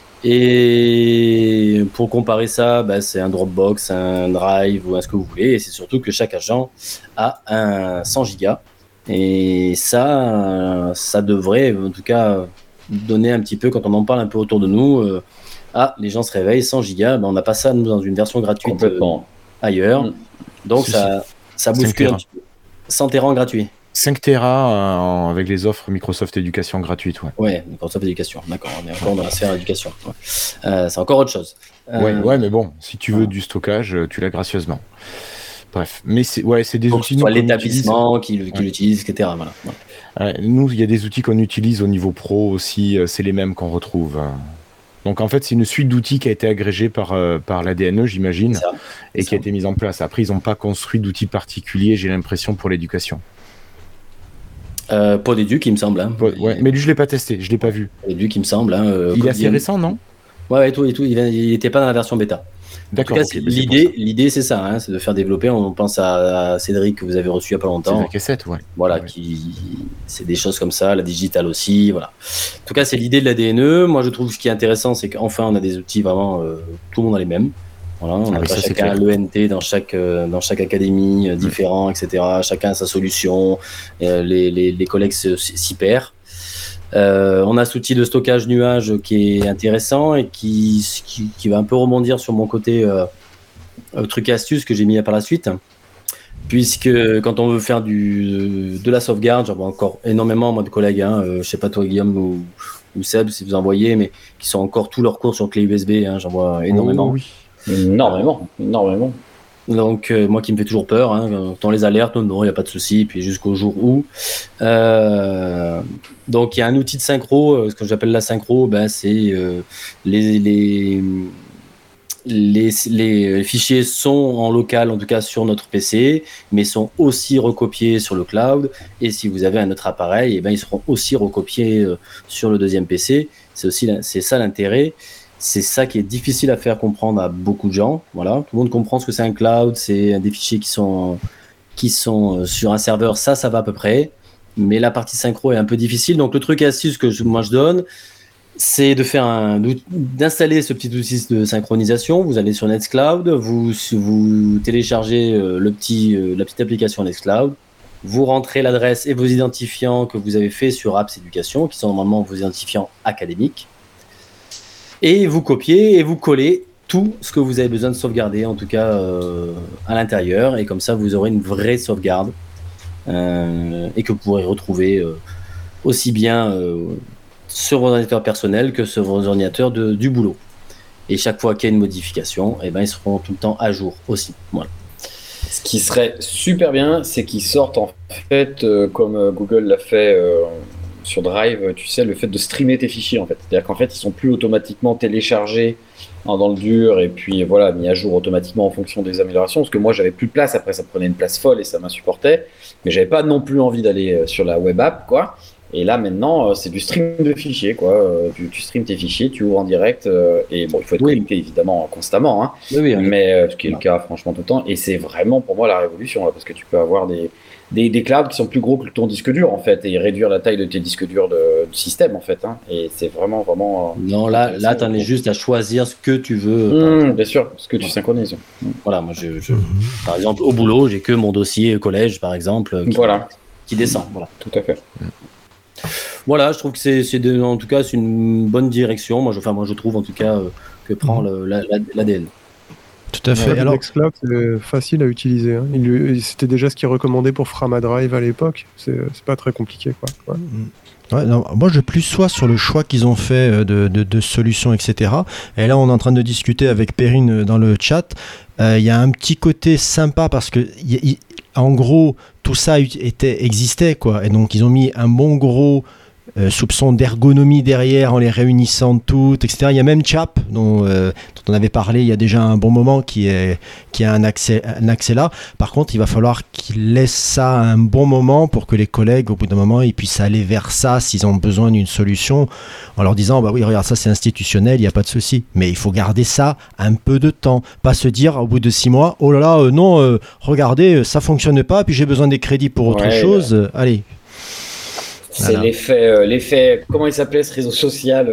Et pour comparer ça, c'est un Dropbox, un Drive ou ce que vous voulez. Et c'est surtout que chaque agent a un 100 gigas. Et ça devrait, en tout cas, donner un petit peu, quand on en parle un peu autour de nous, les gens se réveillent, 100 gigas, on n'a pas ça, nous, dans une version gratuite ailleurs. Donc ça bouscule un petit peu. 100 Tera gratuit. 5 Tera avec les offres Microsoft Éducation gratuites. Ouais, Microsoft Éducation, d'accord, on est encore dans la sphère éducation. C'est encore autre chose. Ouais, mais bon, si tu veux du stockage, tu l'as gracieusement. Bref, mais c'est des outils. Soit l'établissement qui l'utilise, etc. Voilà. Nous, il y a des outils qu'on utilise au niveau pro aussi, c'est les mêmes qu'on retrouve. Donc en fait, c'est une suite d'outils qui a été agrégée par la DNE, j'imagine, et qui a été mise en place. Après, ils n'ont pas construit d'outils particuliers, j'ai l'impression, pour l'éducation. Podeduc, il me semble. Ouais, mais lui, je l'ai pas testé, je l'ai pas vu. Podeduc, il me semble. Il est assez récent, non? Ouais, tout. Il n'était pas dans la version bêta. D'accord. En tout cas, l'idée, c'est ça, c'est de faire développer. On pense à Cédric que vous avez reçu il y a pas longtemps. Cédric Essette, ouais. Voilà, c'est des choses comme ça, la digitale aussi, voilà. En tout cas, c'est l'idée de la DNE. Moi, je trouve ce qui est intéressant, c'est qu'enfin, on a des outils vraiment, tout le monde a les mêmes. Voilà, on n'a pas chacun l'ENT dans chaque académie différent, etc. Chacun a sa solution. Les collègues s'y perdent. On a cet outil de stockage nuage qui est intéressant et qui va un peu rebondir sur mon côté truc et astuce que j'ai mis par la suite. Puisque quand on veut faire de la sauvegarde, j'en vois encore énormément, moi, de collègues, je sais pas toi Guillaume ou Seb si vous en voyez, mais qui sont encore tous leurs cours sur clé USB, j'en vois énormément. Oh, oui. Énormément. Donc moi qui me fait toujours peur, quand on les alerte, non, il n'y a pas de souci, puis jusqu'au jour où. Donc il y a un outil de synchro, ce que j'appelle la synchro, c'est les fichiers sont en local, en tout cas sur notre PC, mais sont aussi recopiés sur le cloud. Et si vous avez un autre appareil, ils seront aussi recopiés sur le deuxième PC. C'est ça l'intérêt. C'est ça qui est difficile à faire comprendre à beaucoup de gens. Voilà, tout le monde comprend ce que c'est un cloud, c'est des fichiers qui sont sur un serveur, ça va à peu près. Mais la partie synchro est un peu difficile. Donc le truc astuce que je donne, c'est d'installer ce petit outil de synchronisation. Vous allez sur Nextcloud, vous téléchargez la petite application Nextcloud, vous rentrez l'adresse et vos identifiants que vous avez fait sur Apps Éducation, qui sont normalement vos identifiants académiques, et vous copiez et vous collez tout ce que vous avez besoin de sauvegarder, en tout cas à l'intérieur, et comme ça vous aurez une vraie sauvegarde et que vous pourrez retrouver aussi bien sur vos ordinateurs personnels que sur vos ordinateurs du boulot. Et chaque fois qu'il y a une modification, ils seront tout le temps à jour aussi. Voilà. Ce qui serait super bien, c'est qu'ils sortent en fait, comme Google l'a fait sur Drive, tu sais, le fait de streamer tes fichiers en fait. C'est-à-dire qu'en fait, ils sont plus automatiquement téléchargés dans le dur et puis voilà, mis à jour automatiquement en fonction des améliorations. Parce que moi, j'avais plus de place. Après, ça prenait une place folle et ça m'insupportait. Mais j'avais pas non plus envie d'aller sur la web app, quoi. Et là, maintenant, c'est du stream de fichiers, quoi. Tu streams tes fichiers, tu ouvres en direct. Et bon, il faut être connecté, évidemment, constamment. Mais ce qui est le cas, franchement, tout le temps. Et c'est vraiment, pour moi, la révolution, là, parce que tu peux avoir des clouds qui sont plus gros que ton disque dur, en fait, et réduire la taille de tes disques durs du système, en fait. Et c'est vraiment... non, là tu en es juste à choisir ce que tu veux. Bien sûr, ce que tu synchronises. Voilà, moi, par exemple, au boulot, j'ai que mon dossier collège, par exemple, qui descend. Voilà. Tout à fait. Voilà, je trouve que en tout cas, c'est une bonne direction. Moi, je trouve en tout cas que prend l'ADN. Tout à fait. Alors, Nextcloud, c'est facile à utiliser. C'était déjà ce qui est recommandé pour Framadrive à l'époque. C'est pas très compliqué, quoi. Ouais, non, moi, je plus sois sur le choix qu'ils ont fait de solutions, etc. Et là, on est en train de discuter avec Perrine dans le chat. Il y a un petit côté sympa parce que, en gros, tout ça existait, quoi. Et donc, ils ont mis un bon gros soupçon d'ergonomie derrière en les réunissant toutes, etc. Il y a même Chap, dont on avait parlé il y a déjà un bon moment, qui a un accès là. Par contre, il va falloir qu'ils laissent ça un bon moment pour que les collègues, au bout d'un moment, ils puissent aller vers ça s'ils ont besoin d'une solution, en leur disant, bah oui, regarde, ça c'est institutionnel, il n'y a pas de souci. Mais il faut garder ça un peu de temps. Pas se dire, au bout de 6 mois, oh là là, non, regardez, ça fonctionne pas, puis j'ai besoin des crédits pour autre chose. Allez. C'est l'effet, comment il s'appelait ce réseau social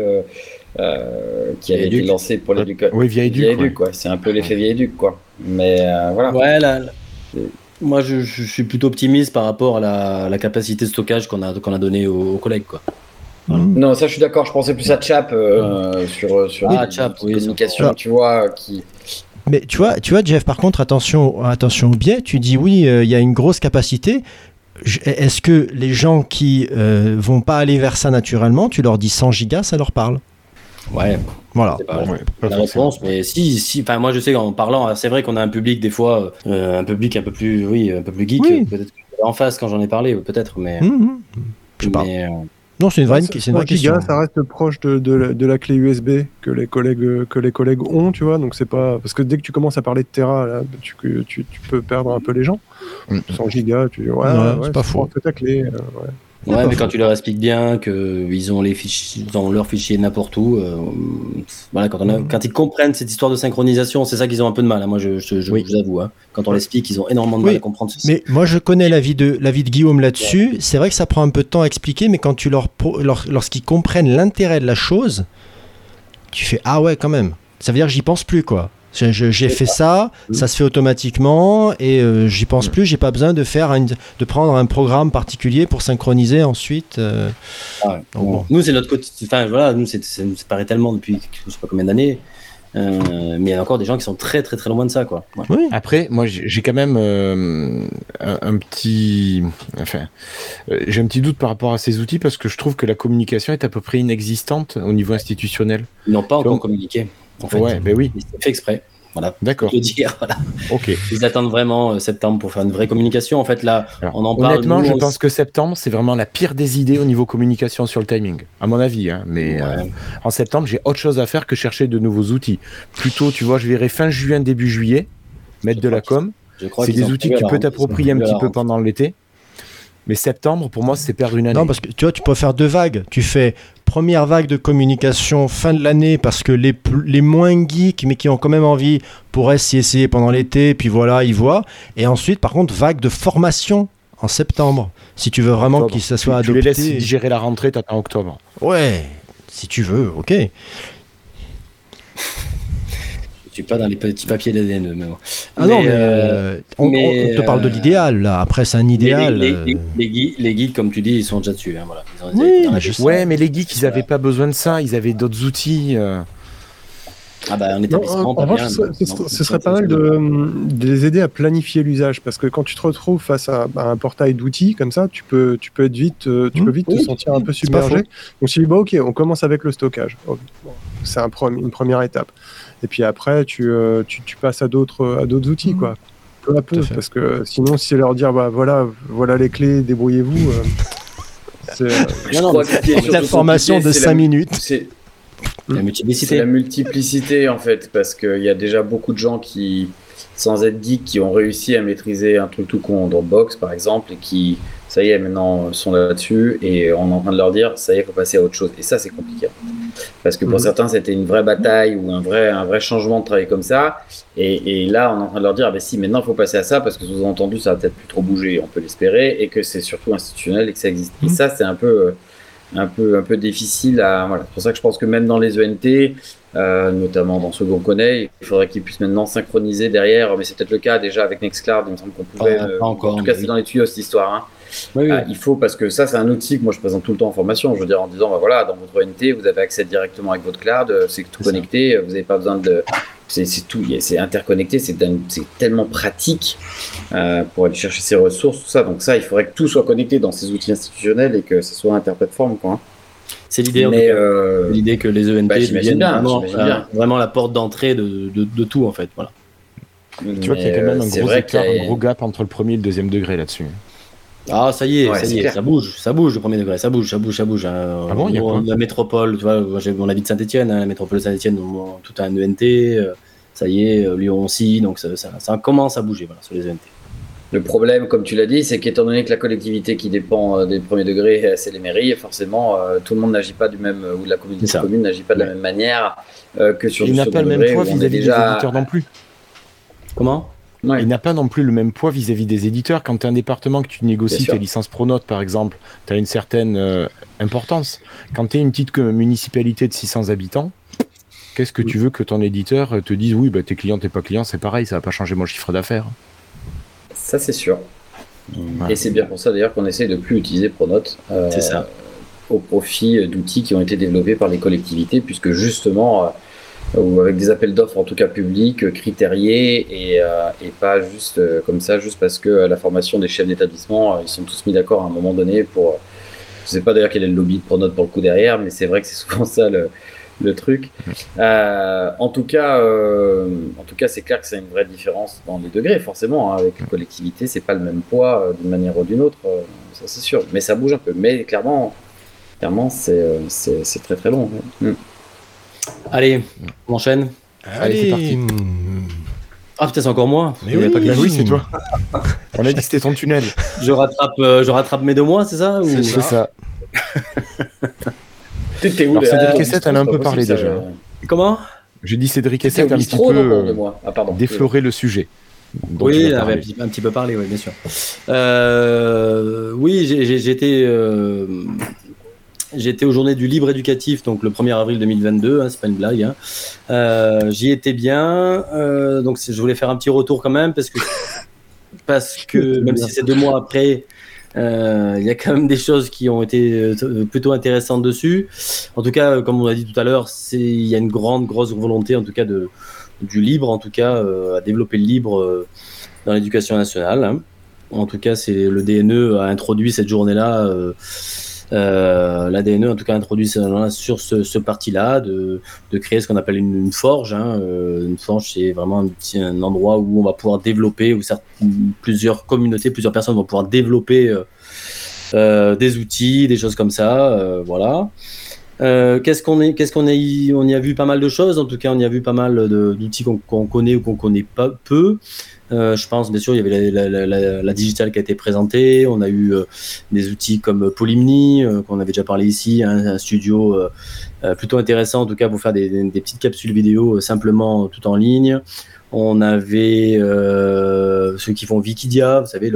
qui avait été lancé pour l'éducation. Oui, Vieille-Duc, quoi. C'est un peu l'effet Vieille-Duc, quoi. Mais voilà. Ouais, moi je suis plutôt optimiste par rapport à la capacité de stockage qu'on a donné aux collègues, quoi. Voilà. Non, ça je suis d'accord, je pensais plus à Chap sur Chap, communication, tu vois, qui... Mais tu vois, Jeff, par contre, attention au biais, tu dis oui, il y a une grosse capacité. Est-ce que les gens qui vont pas aller vers ça naturellement, tu leur dis 100 gigas, ça leur parle? Ouais. Voilà. C'est pas la réponse, mais si. Enfin, moi, je sais qu'en parlant, c'est vrai qu'on a un public des fois, un public un peu plus geek. Oui. Peut-être en face quand j'en ai parlé, peut-être, mais. Je sais pas. Non, c'est une vraie question. Giga, ça reste proche de la clé USB que les collègues ont, tu vois. Donc c'est pas parce que dès que tu commences à parler de Tera, là, tu peux perdre un peu les gens. 100 gigas, tu dis c'est pas faux. Ta clé. Ouais, mais quand tu leur expliques bien qu'ils ont leurs fichiers n'importe où, voilà, quand ils comprennent cette histoire de synchronisation, c'est ça qu'ils ont un peu de mal. Hein. Moi, je vous avoue, hein. Quand on l'explique, ils ont énormément de mal à comprendre ceci. Mais moi, je connais l'avis de Guillaume là-dessus. Ouais. C'est vrai que ça prend un peu de temps à expliquer, mais quand lorsqu'ils comprennent l'intérêt de la chose, tu fais ah ouais, quand même. Ça veut dire que j'y pense plus, quoi. J'ai fait ça, ça se fait automatiquement et j'y pense plus. J'ai pas besoin de prendre un programme particulier pour synchroniser ensuite. Donc, bon. Nous, c'est notre quotidien. Enfin, voilà, nous, ça nous paraît tellement depuis je sais pas combien d'années. Mais il y a encore des gens qui sont très très très loin de ça, quoi. Ouais. Oui. Après, moi, j'ai quand même un petit doute par rapport à ces outils parce que je trouve que la communication est à peu près inexistante au niveau institutionnel. Ils n'ont pas encore communiqué. En fait, oui. C'est fait exprès. Voilà. D'accord. Je veux dire, voilà. Ok. Ils attendent vraiment septembre pour faire une vraie communication. En fait, là, alors, on en parle. Honnêtement, je pense que septembre, c'est vraiment la pire des idées au niveau communication sur le timing, à mon avis. Hein. Mais en septembre, j'ai autre chose à faire que chercher de nouveaux outils. Plutôt, tu vois, je verrai fin juin, début juillet, mettre de la com. C'est des outils que tu peux t'approprier un petit peu pendant l'été. Mais septembre, pour moi, c'est perdre une année. Non, parce que tu vois, tu peux faire 2 vagues. Tu fais première vague de communication fin de l'année parce que les moins geeks, mais qui ont quand même envie, pourraient s'y essayer pendant l'été, puis voilà, ils voient. Et ensuite, par contre, vague de formation en septembre. Si tu veux vraiment que ça soit adopté. Tu les laisses digérer la rentrée, t'attends octobre. Ouais, si tu veux, ok. Je suis pas dans les petits papiers d'ADN. Mais... non, mais on te parle de l'idéal, là. Après, c'est un idéal. Les geeks, comme tu dis, ils sont déjà dessus. Hein, voilà. Mais les geeks, ils n'avaient pas besoin de ça. Ils avaient d'autres outils. En établissement, en revanche, ce serait pas mal de les aider à planifier l'usage, parce que quand tu te retrouves face à un portail d'outils comme ça, tu peux être vite, te sentir un peu submergé. Donc je dis ok, on commence avec le stockage. C'est une première étape. Et puis après, tu passes à d'autres outils, quoi. Peu à peu, parce que sinon, si c'est leur dire, voilà les clés, débrouillez-vous. C'est la formation de 5 minutes. C'est la multiplicité, en fait, parce qu'il y a déjà beaucoup de gens qui, sans être geeks, qui ont réussi à maîtriser un truc tout con en Dropbox, par exemple, et qui, ça y est, maintenant sont là-dessus, et on est en train de leur dire, ça y est, il faut passer à autre chose. Et ça, c'est compliqué. Parce que pour certains, c'était une vraie bataille ou un vrai changement de travailler comme ça. Et là, on est en train de leur dire, si, maintenant, il faut passer à ça, parce que sous-entendu, ça va peut-être plus trop bouger, on peut l'espérer, et que c'est surtout institutionnel et que ça existe. Et ça, c'est un peu difficile à... Voilà. C'est pour ça que je pense que même dans les ENT, notamment dans ceux qu'on connaît, il faudrait qu'ils puissent maintenant synchroniser derrière, mais c'est peut-être le cas déjà avec Nextcloud, il me semble qu'on pouvait... pas encore, en tout cas, c'est dans les tuyaux, cette histoire. Hein. Oui. Il faut, parce que ça, c'est un outil que moi, je présente tout le temps en formation, je veux dire, en disant, voilà, dans votre ENT, vous avez accès directement avec votre cloud, c'est tout connecté, vous n'avez pas besoin de... C'est tout, c'est interconnecté, c'est tellement pratique pour aller chercher ses ressources, tout ça. Donc ça, il faudrait que tout soit connecté dans ces outils institutionnels et que ce soit interplateforme, quoi. C'est l'idée, l'idée que les ENT deviennent vraiment la porte d'entrée de tout, en fait. Voilà. Tu vois qu'il y a quand même un gros gap entre le premier et le deuxième degré là-dessus. Ah, ça y est, ça bouge le premier degré, ça bouge. Ah bon, il y a quoi ? La métropole, tu vois, on habite Saint-Etienne, la métropole de Saint-Etienne, tout a un ENT, ça y est, Lyon aussi, donc ça commence à bouger, voilà, sur les ENT. Le problème, comme tu l'as dit, c'est qu'étant donné que la collectivité qui dépend des premiers degrés, c'est les mairies, et forcément, tout le monde n'agit pas du même, ou la communauté de communes n'agit pas de la même manière que sur le second degré. Il n'a pas le même poids vis-à-vis des éditeurs non plus. Comment ? Il n'a pas non plus le même poids vis-à-vis des éditeurs. Quand tu as un département que tu négocies tes licences Pronote, par exemple, tu as une certaine importance. Quand tu es une petite municipalité de 600 habitants, qu'est-ce que tu veux que ton éditeur te dise ? Oui, t'es client, t'es pas client, c'est pareil, ça va pas changer mon chiffre d'affaires. Ça, c'est sûr. Et c'est bien pour ça, d'ailleurs, qu'on essaie de plus utiliser Pronote au profit d'outils qui ont été développés par les collectivités, puisque justement... ou avec des appels d'offres en tout cas publics, critériés et pas juste comme ça, juste parce que la formation des chefs d'établissement, ils sont tous mis d'accord à un moment donné pour... Je sais pas d'ailleurs quel est le lobby de Pronote pour le coup derrière, mais c'est vrai que c'est souvent ça le truc. En tout cas, c'est clair que c'est une vraie différence dans les degrés, forcément, hein, avec les collectivités, c'est pas le même poids d'une manière ou d'une autre, ça c'est sûr, mais ça bouge un peu, mais clairement c'est très très long. Ouais. Allez, on enchaîne. Allez, c'est parti. Ah putain, c'est encore moi. Mais oui, c'est toi. On a dit que c'était ton tunnel. Je rattrape mes 2 mois, c'est ça ou... C'est ça. T'es où, alors Cédric Essette, elle a un peu parlé déjà. Comment ? J'ai dit Cédric Essette un petit peu déflorer le sujet. Donc oui, elle avait un petit peu parlé, oui, bien sûr. Oui, j'étais... J'étais aux Journées du Libre Éducatif, donc le 1er avril 2022, c'est pas une blague. J'y étais bien, donc je voulais faire un petit retour quand même, parce que même si c'est 2 mois après, il y a quand même des choses qui ont été plutôt intéressantes dessus. En tout cas, comme on a dit tout à l'heure, il y a une grosse volonté, en tout cas, du libre, en tout cas, à développer le libre dans l'éducation nationale. En tout cas, le DNE a introduit cette journée-là. La DNE, en tout cas, a introduit sur ce parti-là de créer ce qu'on appelle une forge. Une forge, c'est vraiment un endroit où on va pouvoir développer, où plusieurs communautés, plusieurs personnes vont pouvoir développer des outils, des choses comme ça. Voilà. On y a vu pas mal de choses. En tout cas, on y a vu pas mal d'outils qu'on connaît ou qu'on connaît pas peu. Je pense, bien sûr, il y avait la digitale qui a été présentée. On a eu des outils comme Polymni, qu'on avait déjà parlé ici, un studio plutôt intéressant, en tout cas, pour faire des petites capsules vidéo simplement tout en ligne. On avait ceux qui font Wikidia, vous savez,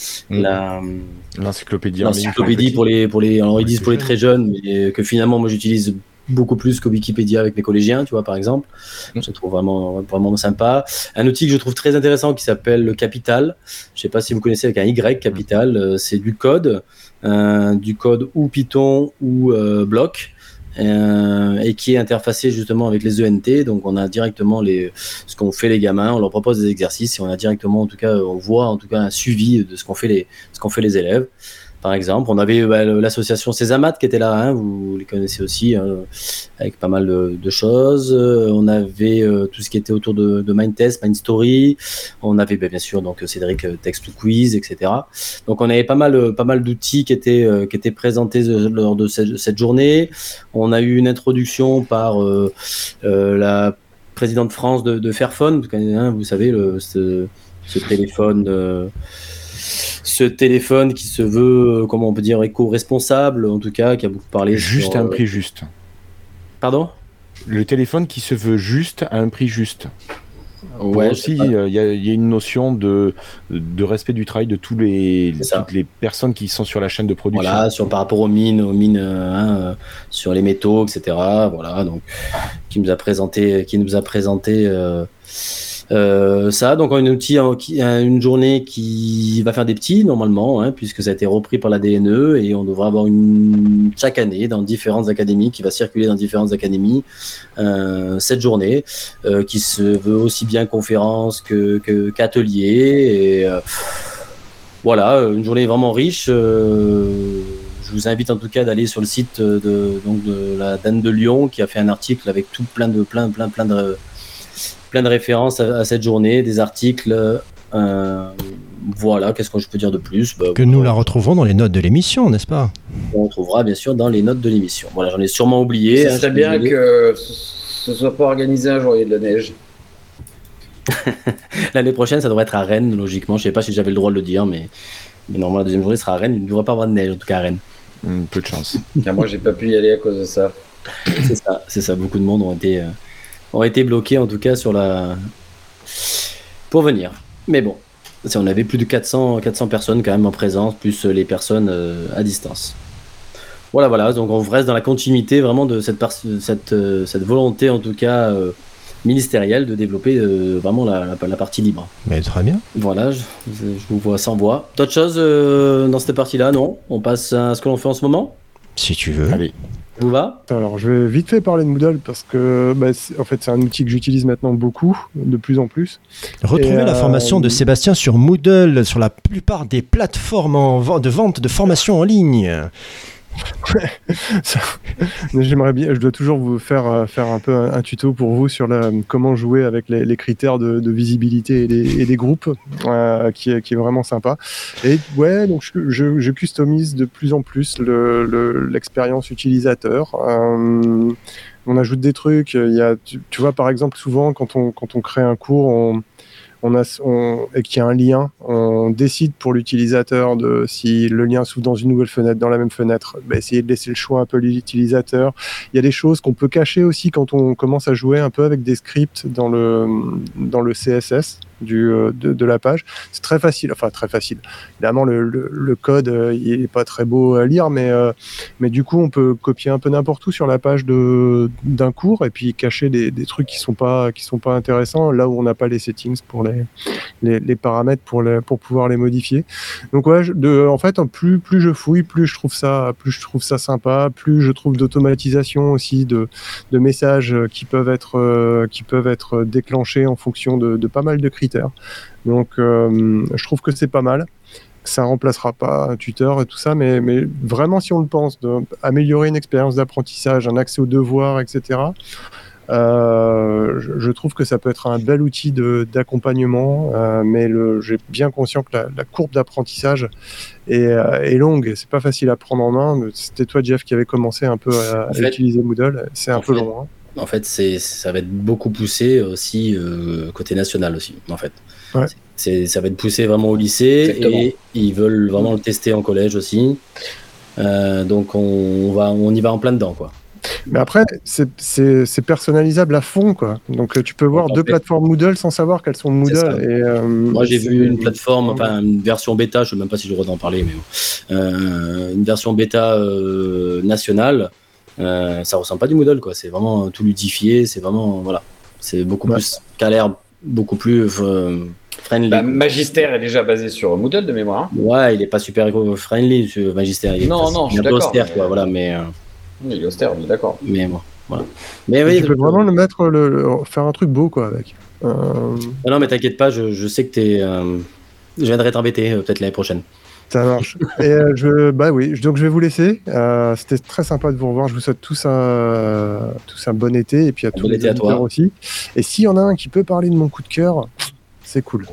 l'encyclopédie pour les alors ils disent pour les très jeunes, mais que finalement moi j'utilise beaucoup plus que Wikipédia avec mes collégiens, tu vois, par exemple. Je trouve vraiment sympa. Un outil que je trouve très intéressant qui s'appelle le Capital. Je sais pas si vous connaissez, avec un Y, Capital. C'est du code ou Python ou Block. Et qui est interfacé justement avec les ENT, donc on a directement ce qu'ont fait les gamins, on leur propose des exercices et on a directement, en tout cas, on voit en tout cas un suivi de ce qu'ont fait les élèves. Par exemple, on avait l'association Césamat qui était là, vous les connaissez aussi, avec pas mal de choses. On avait tout ce qui était autour de Mindtest, Mindstory. On avait bien sûr donc Cédric Text to Quiz, etc. Donc on avait pas mal d'outils qui étaient présentés lors de cette journée. On a eu une introduction par la présidente de France de Fairphone, vous savez, ce téléphone. Ce téléphone qui se veut, comment on peut dire, éco-responsable, en tout cas, qui a beaucoup parlé. Juste à un prix juste. Pardon ? Le téléphone qui se veut juste à un prix juste. Ouais, aussi, il y a une notion de respect du travail de toutes les personnes qui sont sur la chaîne de production. Voilà, par rapport aux mines, sur les métaux, etc. Voilà, donc qui nous a présenté ça. Donc une journée qui va faire des petits normalement, puisque ça a été repris par la DNE et on devra avoir chaque année dans différentes académies, qui va circuler dans différentes académies, cette journée qui se veut aussi bien conférence qu'atelier, et voilà, une journée vraiment riche. Je vous invite en tout cas d'aller sur le site de la DAN de Lyon, qui a fait un article avec plein de références à cette journée, des articles. Voilà, qu'est-ce que je peux dire de plus ? Nous la retrouvons dans les notes de l'émission, n'est-ce pas ? On retrouvera bien sûr dans les notes de l'émission. Voilà, j'en ai sûrement oublié. Ça serait bien que ce soit pas organisé un jour, il y a de la neige. L'année prochaine, ça devrait être à Rennes, logiquement. Je sais pas si j'avais le droit de le dire, mais normalement la deuxième journée sera à Rennes. Il ne devrait pas avoir de neige, en tout cas à Rennes. Peu de chance. Moi, j'ai pas pu y aller à cause de ça. C'est ça. Beaucoup de monde ont été bloqués, en tout cas, pour venir. Mais bon, on avait plus de 400 personnes quand même en présence, plus les personnes à distance. Voilà. Donc on reste dans la continuité vraiment de cette volonté, en tout cas ministérielle, de développer vraiment la partie libre. Mais très bien. Voilà, je vous vois sans voix. D'autres choses dans cette partie-là ? Non ? On passe à ce que l'on fait en ce moment ? Si tu veux. Allez. Vous va ? Alors, je vais vite fait parler de Moodle parce que, en fait, c'est un outil que j'utilise maintenant beaucoup, de plus en plus. Retrouvez la formation de Sébastien sur Moodle, sur la plupart des plateformes de vente de formation en ligne. J'aimerais bien, je dois toujours vous faire un peu un tuto pour vous sur comment jouer avec les critères de visibilité et les groupes, qui est vraiment sympa. Et ouais, donc je customise de plus en plus l'expérience utilisateur. On ajoute des trucs. Tu vois, par exemple, souvent quand on crée un cours, et qu'il y a un lien, on décide pour l'utilisateur si le lien s'ouvre dans une nouvelle fenêtre, dans la même fenêtre, essayer de laisser le choix un peu à l'utilisateur. Il y a des choses qu'on peut cacher aussi quand on commence à jouer un peu avec des scripts dans le CSS. de la page. C'est très facile, enfin très facile. Évidemment, le code, il est pas très beau à lire, mais du coup, on peut copier un peu n'importe où sur la page d'un cours et puis cacher des trucs qui sont pas intéressants là où on n'a pas les settings pour les paramètres pour pouvoir les modifier. Donc ouais, en fait, plus je fouille, plus je trouve ça sympa, plus je trouve d'automatisation aussi de messages qui peuvent être déclenchés en fonction de pas mal de critères. Donc je trouve que c'est pas mal. Ça remplacera pas un tuteur et tout ça, mais vraiment si on le pense, d'améliorer une expérience d'apprentissage, un accès aux devoirs, etc. Je trouve que ça peut être un bel outil d'accompagnement, mais j'ai bien conscient que la courbe d'apprentissage est longue et c'est pas facile à prendre en main. C'était toi, Jeff, qui avait commencé un peu à utiliser Moodle. C'est un peu long. Hein. En fait, ça va être beaucoup poussé aussi côté national aussi. En fait, ouais. Ça va être poussé vraiment au lycée. Exactement. Et ils veulent vraiment le tester en collège aussi. Donc on y va en plein dedans, quoi. Mais après, c'est personnalisable à fond, quoi. Donc tu peux voir deux plateformes Moodle sans savoir qu'elles sont Moodle. Moi, j'ai vu une plateforme, enfin une version bêta, je sais même pas si j'ai le droit d'en parler, mais bon. Une version bêta nationale. Ça ressemble pas du Moodle, quoi. C'est vraiment tout ludifié, c'est vraiment c'est beaucoup plus qu'à beaucoup plus friendly. Magister est déjà basé sur Moodle de mémoire. Ouais, il est pas super friendly, Magister. Non, je suis d'accord. Austère, quoi, voilà, mais. Il est austère, on est d'accord. Mais bon, voilà. Mais oui, tu peux vraiment le mettre, faire un truc beau, quoi, avec. Non, mais t'inquiète pas, je sais que je viendrai t'embêter peut-être l'année prochaine. Ça marche. Et donc je vais vous laisser. C'était très sympa de vous revoir. Je vous souhaite tous un bon été et puis à tous les auditeurs aussi. Et s'il y en a un qui peut parler de mon coup de cœur, c'est cool.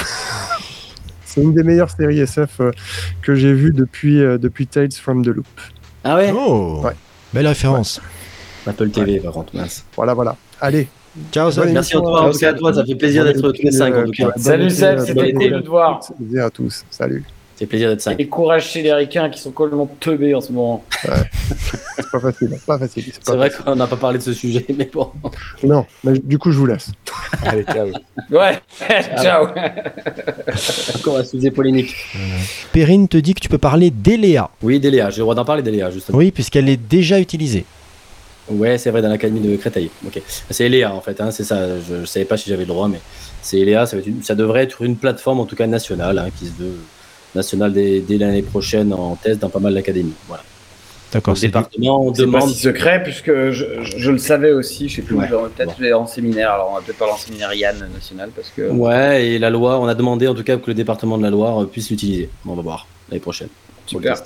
C'est une des meilleures séries SF que j'ai vues depuis Tales from the Loop. Ah ouais. Oh. Ouais. Belle référence. Ouais. Apple TV, par contre, mince. Voilà. Allez. Ciao, Seb. Merci à toi, en tout cas à toi, ça fait plaisir d'être tous les 5 en tout cas. Salut Seb, c'était de te voir. Plaisir à tous, salut. C'est plaisir d'être 5. Et courage chez les ricains qui sont complètement teubés en ce moment. Ouais. C'est pas facile. C'est vrai qu'on n'a pas parlé de ce sujet, mais bon. Non, mais du coup je vous laisse. Allez, ciao. Ouais, ciao. Encore un sujet polémique. Perrine te dit que tu peux parler d'Eléa. Oui, d'Eléa, j'ai le droit d'en parler d'Eléa, justement. Oui, puisqu'elle est déjà utilisée. Ouais, c'est vrai, dans l'académie de Créteil. Ok. C'est Eléa en fait, hein, c'est ça. Je ne savais pas si j'avais le droit, mais c'est Eléa. Ça devrait être une plateforme, en tout cas nationale, hein, qui se veut nationale dès l'année prochaine en test dans pas mal d'académies. Voilà. D'accord. C'est département, on demande. C'est pas si secret, puisque je le savais aussi. Je sais plus. Ouais, peut-être en séminaire. Alors on va peut-être parler en séminaire Yann national parce que. Ouais, et la loi, on a demandé en tout cas que le département de la Loire puisse l'utiliser. On va voir l'année prochaine. Super.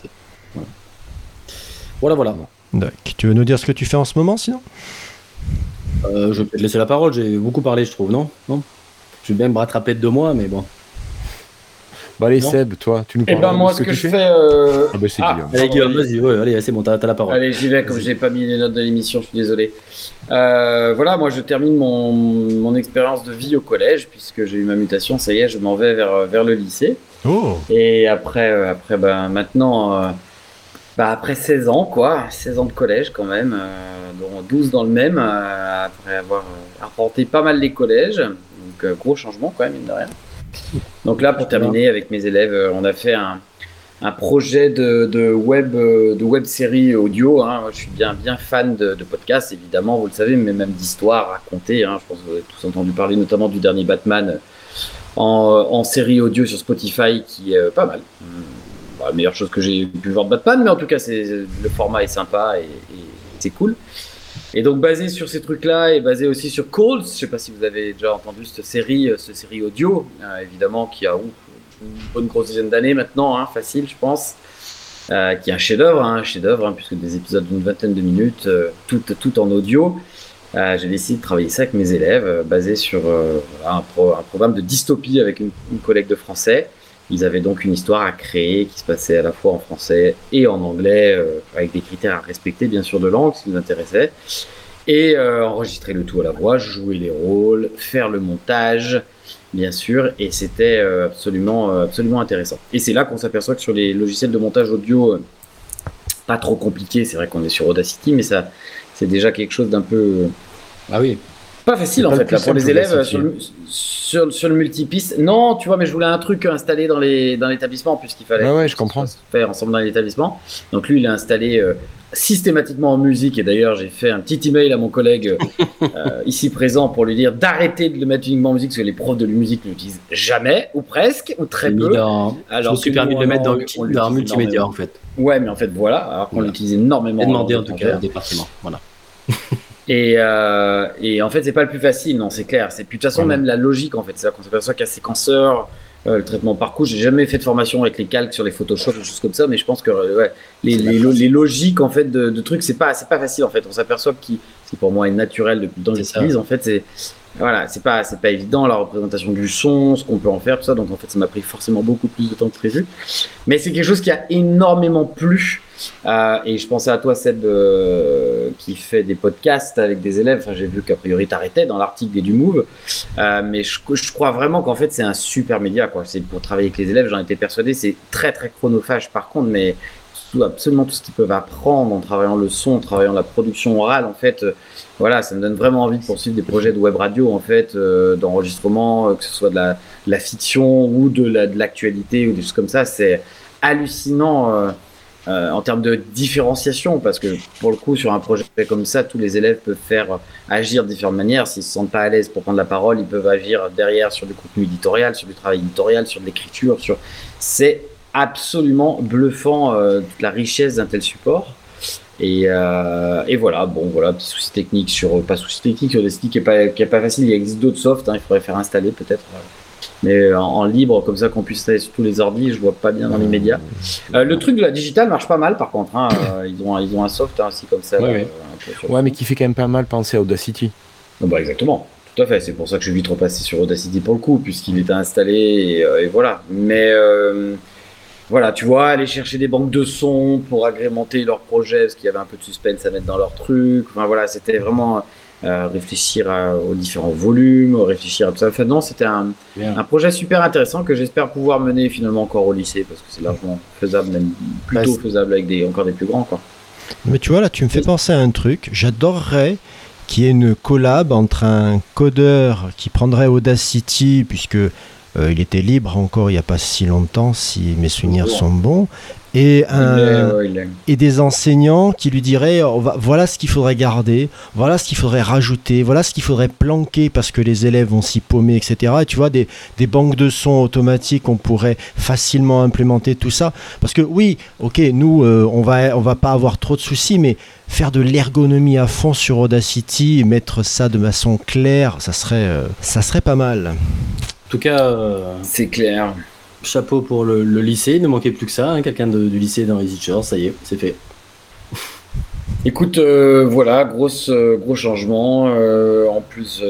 Voilà. Donc, tu veux nous dire ce que tu fais en ce moment, sinon Je vais te laisser la parole. J'ai beaucoup parlé, je trouve, non. Je vais même me rattraper de 2 mois, mais bon. Bah allez Seb, toi, tu nous parles. Eh ben moi, ce que je fais... Ah bah c'est bien. Allez Guillaume, vas-y, allez, c'est bon, t'as la parole. Allez, j'y vais, comme j'ai pas mis les notes de l'émission, je suis désolé. Voilà, moi je termine mon expérience de vie au collège, puisque j'ai eu ma mutation, ça y est, je m'en vais vers le lycée. Oh. Et après maintenant, après 16 ans, quoi, 16 ans de collège quand même, dont 12 dans le même, après avoir arpenté pas mal les collèges, donc gros changement quand même, mine de rien. Donc là, pour terminer avec mes élèves, on a fait un projet de web série audio. Hein. Moi, je suis bien fan de podcasts, évidemment, vous le savez, mais même d'histoires racontées. Hein. Je pense que vous avez tous entendu parler notamment du dernier Batman en série audio sur Spotify, qui est pas mal. La meilleure chose que j'ai pu voir de Batman, mais en tout cas, le format est sympa et c'est cool. Et donc basé sur ces trucs-là et basé aussi sur Calls, je sais pas si vous avez déjà entendu cette série audio, évidemment qui a une bonne grosse dizaine d'années maintenant, hein, facile je pense, qui est un chef-d'œuvre, puisque des épisodes d'une 20aine de minutes, tout en audio. J'ai décidé de travailler ça avec mes élèves, basé sur un programme de dystopie avec une collègue de français. Ils avaient donc une histoire à créer qui se passait à la fois en français et en anglais, avec des critères à respecter, bien sûr, de langue, ce qui nous intéressait. Et enregistrer le tout à la voix, jouer les rôles, faire le montage, bien sûr. Et c'était absolument intéressant. Et c'est là qu'on s'aperçoit que sur les logiciels de montage audio, pas trop compliqué, c'est vrai qu'on est sur Audacity, mais ça, c'est déjà quelque chose d'un peu... Ah oui. pas facile en fait là pour les élèves sur le multipiste. Non, tu vois, mais je voulais un truc installé dans l'établissement puisqu'il fallait. Ouais, je comprends. Faire ensemble dans l'établissement. Donc lui, il a installé systématiquement en musique. Et d'ailleurs, j'ai fait un petit email à mon collègue ici présent pour lui dire d'arrêter de le mettre uniquement en musique parce que les profs de musique ne l'utilisent jamais ou presque ou très peu. Je me suis permis de le mettre dans multimédia en fait. Ouais, mais en fait voilà, alors qu'on l'utilise énormément. Demandé en tout cas au département. Voilà. Et en fait, c'est pas le plus facile, non, c'est clair. C'est puis de toute façon même la logique en fait. C'est-à-dire qu'on s'aperçoit qu'un séquenceur, le traitement par couche, j'ai jamais fait de formation avec les calques sur les Photoshop ou choses comme ça, mais je pense que les logiques en fait de trucs, c'est pas facile en fait. On s'aperçoit que c'est pour moi naturel depuis le temps que j'utilise. En fait, c'est pas évident la représentation du son, ce qu'on peut en faire, tout ça. Donc en fait, ça m'a pris forcément beaucoup plus de temps que prévu. Mais c'est quelque chose qui a énormément plu. Et je pensais à toi, Seb, qui fait des podcasts avec des élèves. Enfin, j'ai vu qu'a priori t'arrêtais dans l'article des Dumove, mais je crois vraiment qu'en fait c'est un super média, quoi. C'est pour travailler avec les élèves, j'en étais persuadé. C'est très très chronophage par contre, mais absolument tout ce qu'ils peuvent apprendre en travaillant le son, en travaillant la production orale, en fait, voilà, ça me donne vraiment envie de poursuivre des projets de web radio, en fait, d'enregistrement, que ce soit de la fiction ou de l'actualité ou des choses comme ça. C'est hallucinant en termes de différenciation, parce que pour le coup, sur un projet comme ça, tous les élèves peuvent faire agir de différentes manières. S'ils se sentent pas à l'aise pour prendre la parole, ils peuvent agir derrière sur du contenu éditorial, sur du travail éditorial, sur de l'écriture. C'est absolument bluffant toute la richesse d'un tel support. Et voilà, petit souci technique sur Audacity qui est pas facile. Il existe d'autres softs, il faudrait faire installer peut-être. Mais en libre, comme ça qu'on puisse installer sur tous les ordi, je vois pas bien dans les médias. Le truc de la digitale marche pas mal par contre. Ils ont un soft aussi comme ça. Mais qui fait quand même pas mal penser à Audacity. Exactement. Tout à fait, c'est pour ça que je suis vite repassé sur Audacity pour le coup, puisqu'il était installé et voilà. Mais voilà, tu vois, aller chercher des banques de sons pour agrémenter leur projet, parce qu'il y avait un peu de suspense à mettre dans leur truc. Enfin voilà, c'était vraiment réfléchir aux différents volumes, réfléchir à tout ça. Enfin non, c'était un projet super intéressant que j'espère pouvoir mener finalement encore au lycée, parce que c'est largement faisable, même plutôt faisable avec encore des plus grands, quoi. Mais tu vois, là, tu me fais penser à un truc. J'adorerais qu'il y ait une collab entre un codeur qui prendrait Audacity, puisque il était libre encore il n'y a pas si longtemps, si mes souvenirs sont bons, et des enseignants qui lui diraient voilà ce qu'il faudrait garder, voilà ce qu'il faudrait rajouter, voilà ce qu'il faudrait planquer parce que les élèves vont s'y paumer, etc. Et tu vois, des banques de sons automatiques, on pourrait facilement implémenter tout ça. Parce que oui, ok, nous, on va pas avoir trop de soucis, mais faire de l'ergonomie à fond sur Audacity, mettre ça de façon claire, ça serait pas mal. En tout cas, c'est clair. Chapeau pour le lycée, il ne manquait plus que ça, quelqu'un du lycée dans Easy Shore, ça y est, c'est fait. Écoute, voilà, gros changement. En plus,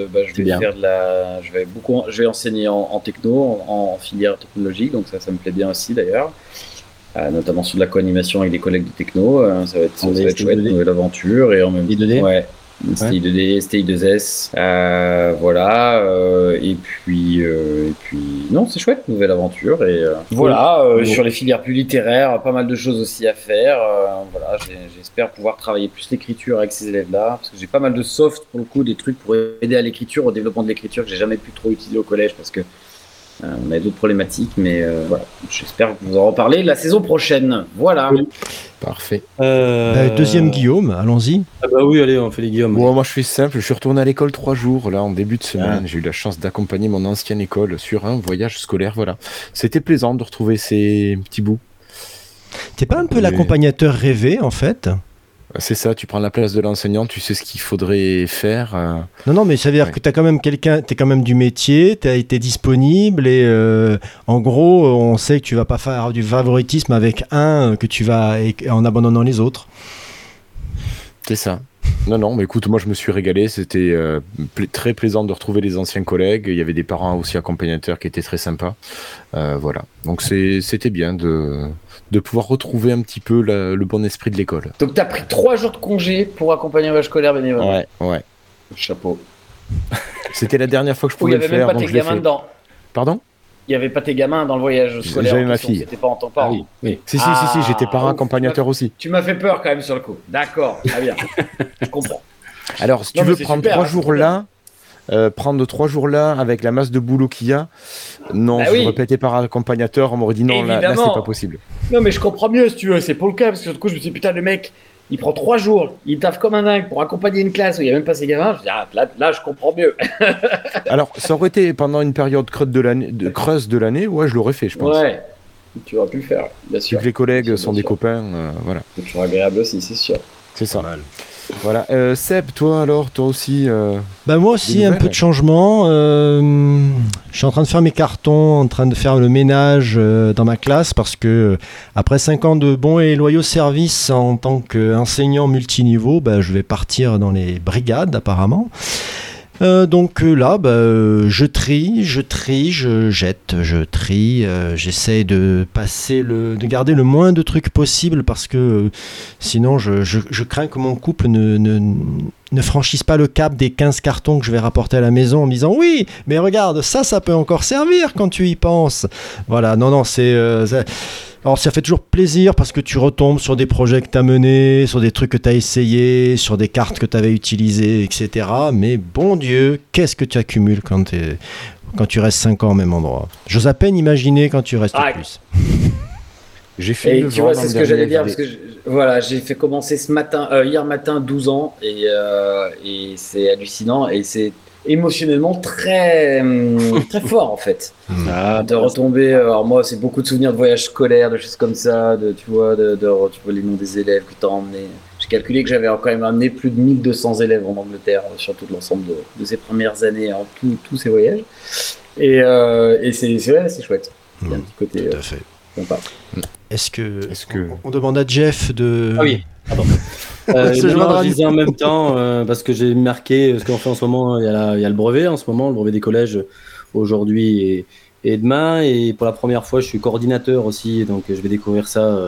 je vais enseigner en techno, en filière technologique, donc ça me plaît bien aussi d'ailleurs. Notamment sur de la co-animation avec des collègues de techno, ça va être chouette, une nouvelle aventure. Et en même temps, ouais. STI 2D, STI 2S, voilà, et puis non, c'est chouette, nouvelle aventure, et voilà, sur les filières plus littéraires, pas mal de choses aussi à faire, voilà, j'espère pouvoir travailler plus l'écriture avec ces élèves-là, parce que j'ai pas mal de soft pour le coup, des trucs pour aider à l'écriture, au développement de l'écriture que j'ai jamais pu trop utiliser au collège, parce que on a d'autres problématiques, mais voilà, j'espère vous en reparler la saison prochaine. Voilà. Oui. Parfait. Deuxième Guillaume, allons-y. Ah bah oui, allez, on fait les Guillaume. Bon, moi je fais simple, je suis retourné à l'école 3 jours, là, en début de semaine. J'ai eu la chance d'accompagner mon ancienne école sur un voyage scolaire, voilà. C'était plaisant de retrouver ces petits bouts. T'es pas un peu l'accompagnateur rêvé, en fait ? C'est ça, tu prends la place de l'enseignant, tu sais ce qu'il faudrait faire. Non, mais ça veut dire que t'as quand même t'es quand même du métier, t'as été disponible et en gros, on sait que tu vas pas faire du favoritisme avec que tu vas en abandonnant les autres. C'est ça. Non, mais écoute, moi je me suis régalé, c'était très plaisant de retrouver les anciens collègues, il y avait des parents aussi accompagnateurs qui étaient très sympas, voilà, donc c'était bien de pouvoir retrouver un petit peu le bon esprit de l'école. Donc t'as pris 3 jours de congé pour accompagner un voyage scolaire bénévole. Ouais. Chapeau. C'était la dernière fois que je pouvais le faire. Il n'y avait même pas tes gamins dedans. Pardon ? Il n'y avait pas tes gamins dans le voyage scolaire. J'avais ma fille. C'était pas en temps parent. Oui. Si, j'étais parent accompagnateur aussi. Tu m'as fait peur quand même sur le coup. D'accord, très bien. Je comprends. Alors, si tu veux prendre 3 jours là, prendre 3 jours là avec la masse de boulot qu'il y a, non, je répétais par accompagnateur, on m'aurait dit non, là c'est pas possible. Non, mais je comprends mieux si tu veux, c'est pour le cas, parce que du coup je me suis dit putain, le mec il prend 3 jours, il taffe comme un dingue pour accompagner une classe où il n'y a même pas ses gamins. Je dis, là je comprends mieux. Alors, ça aurait été pendant une période creuse de l'année, ouais, je l'aurais fait, je pense. Ouais, tu aurais pu le faire, bien sûr. Si les collègues sont des copains, voilà. C'est toujours agréable aussi, c'est sûr. C'est ça. Voilà. Seb, toi aussi moi aussi, un peu de changement. Je suis en train de faire mes cartons, en train de faire le ménage dans ma classe parce que après 5 ans de bons et loyaux services en tant qu'enseignant multiniveau, je vais partir dans les brigades apparemment. Donc là, je trie, je jette, je trie. J'essaie de garder le moins de trucs possible parce que sinon, je crains que mon couple ne franchisse pas le cap des 15 cartons que je vais rapporter à la maison en me disant oui, mais regarde, ça peut encore servir quand tu y penses. Voilà, non, c'est... Alors ça fait toujours plaisir parce que tu retombes sur des projets que tu as menés, sur des trucs que tu as essayés, sur des cartes que tu avais utilisées, etc. Mais bon Dieu, qu'est-ce que tu accumules quand tu restes 5 ans au même endroit. J'ose à peine imaginer quand tu restes plus. J'ai fait tu vois, c'est ce que j'allais dire parce que j'ai fait commencer hier matin 12 ans et c'est hallucinant et c'est émotionnellement très très fort en fait de retomber. Alors moi c'est beaucoup de souvenirs de voyages scolaires, de choses comme ça, tu vois les noms des élèves que tu as emmenés. J'ai calculé que j'avais quand même amené plus de 1200 élèves en Angleterre sur tout l'ensemble de ces premières années, tous ces voyages et c'est chouette. Il y a un petit côté tout à fait sympa. Est-ce que on demande à Jeff de... Ah oui, pardon. Je disais en même temps, parce que j'ai marqué ce qu'on fait en ce moment, il y a le brevet en ce moment, le brevet des collèges aujourd'hui et demain, et pour la première fois je suis coordinateur aussi, donc je vais découvrir ça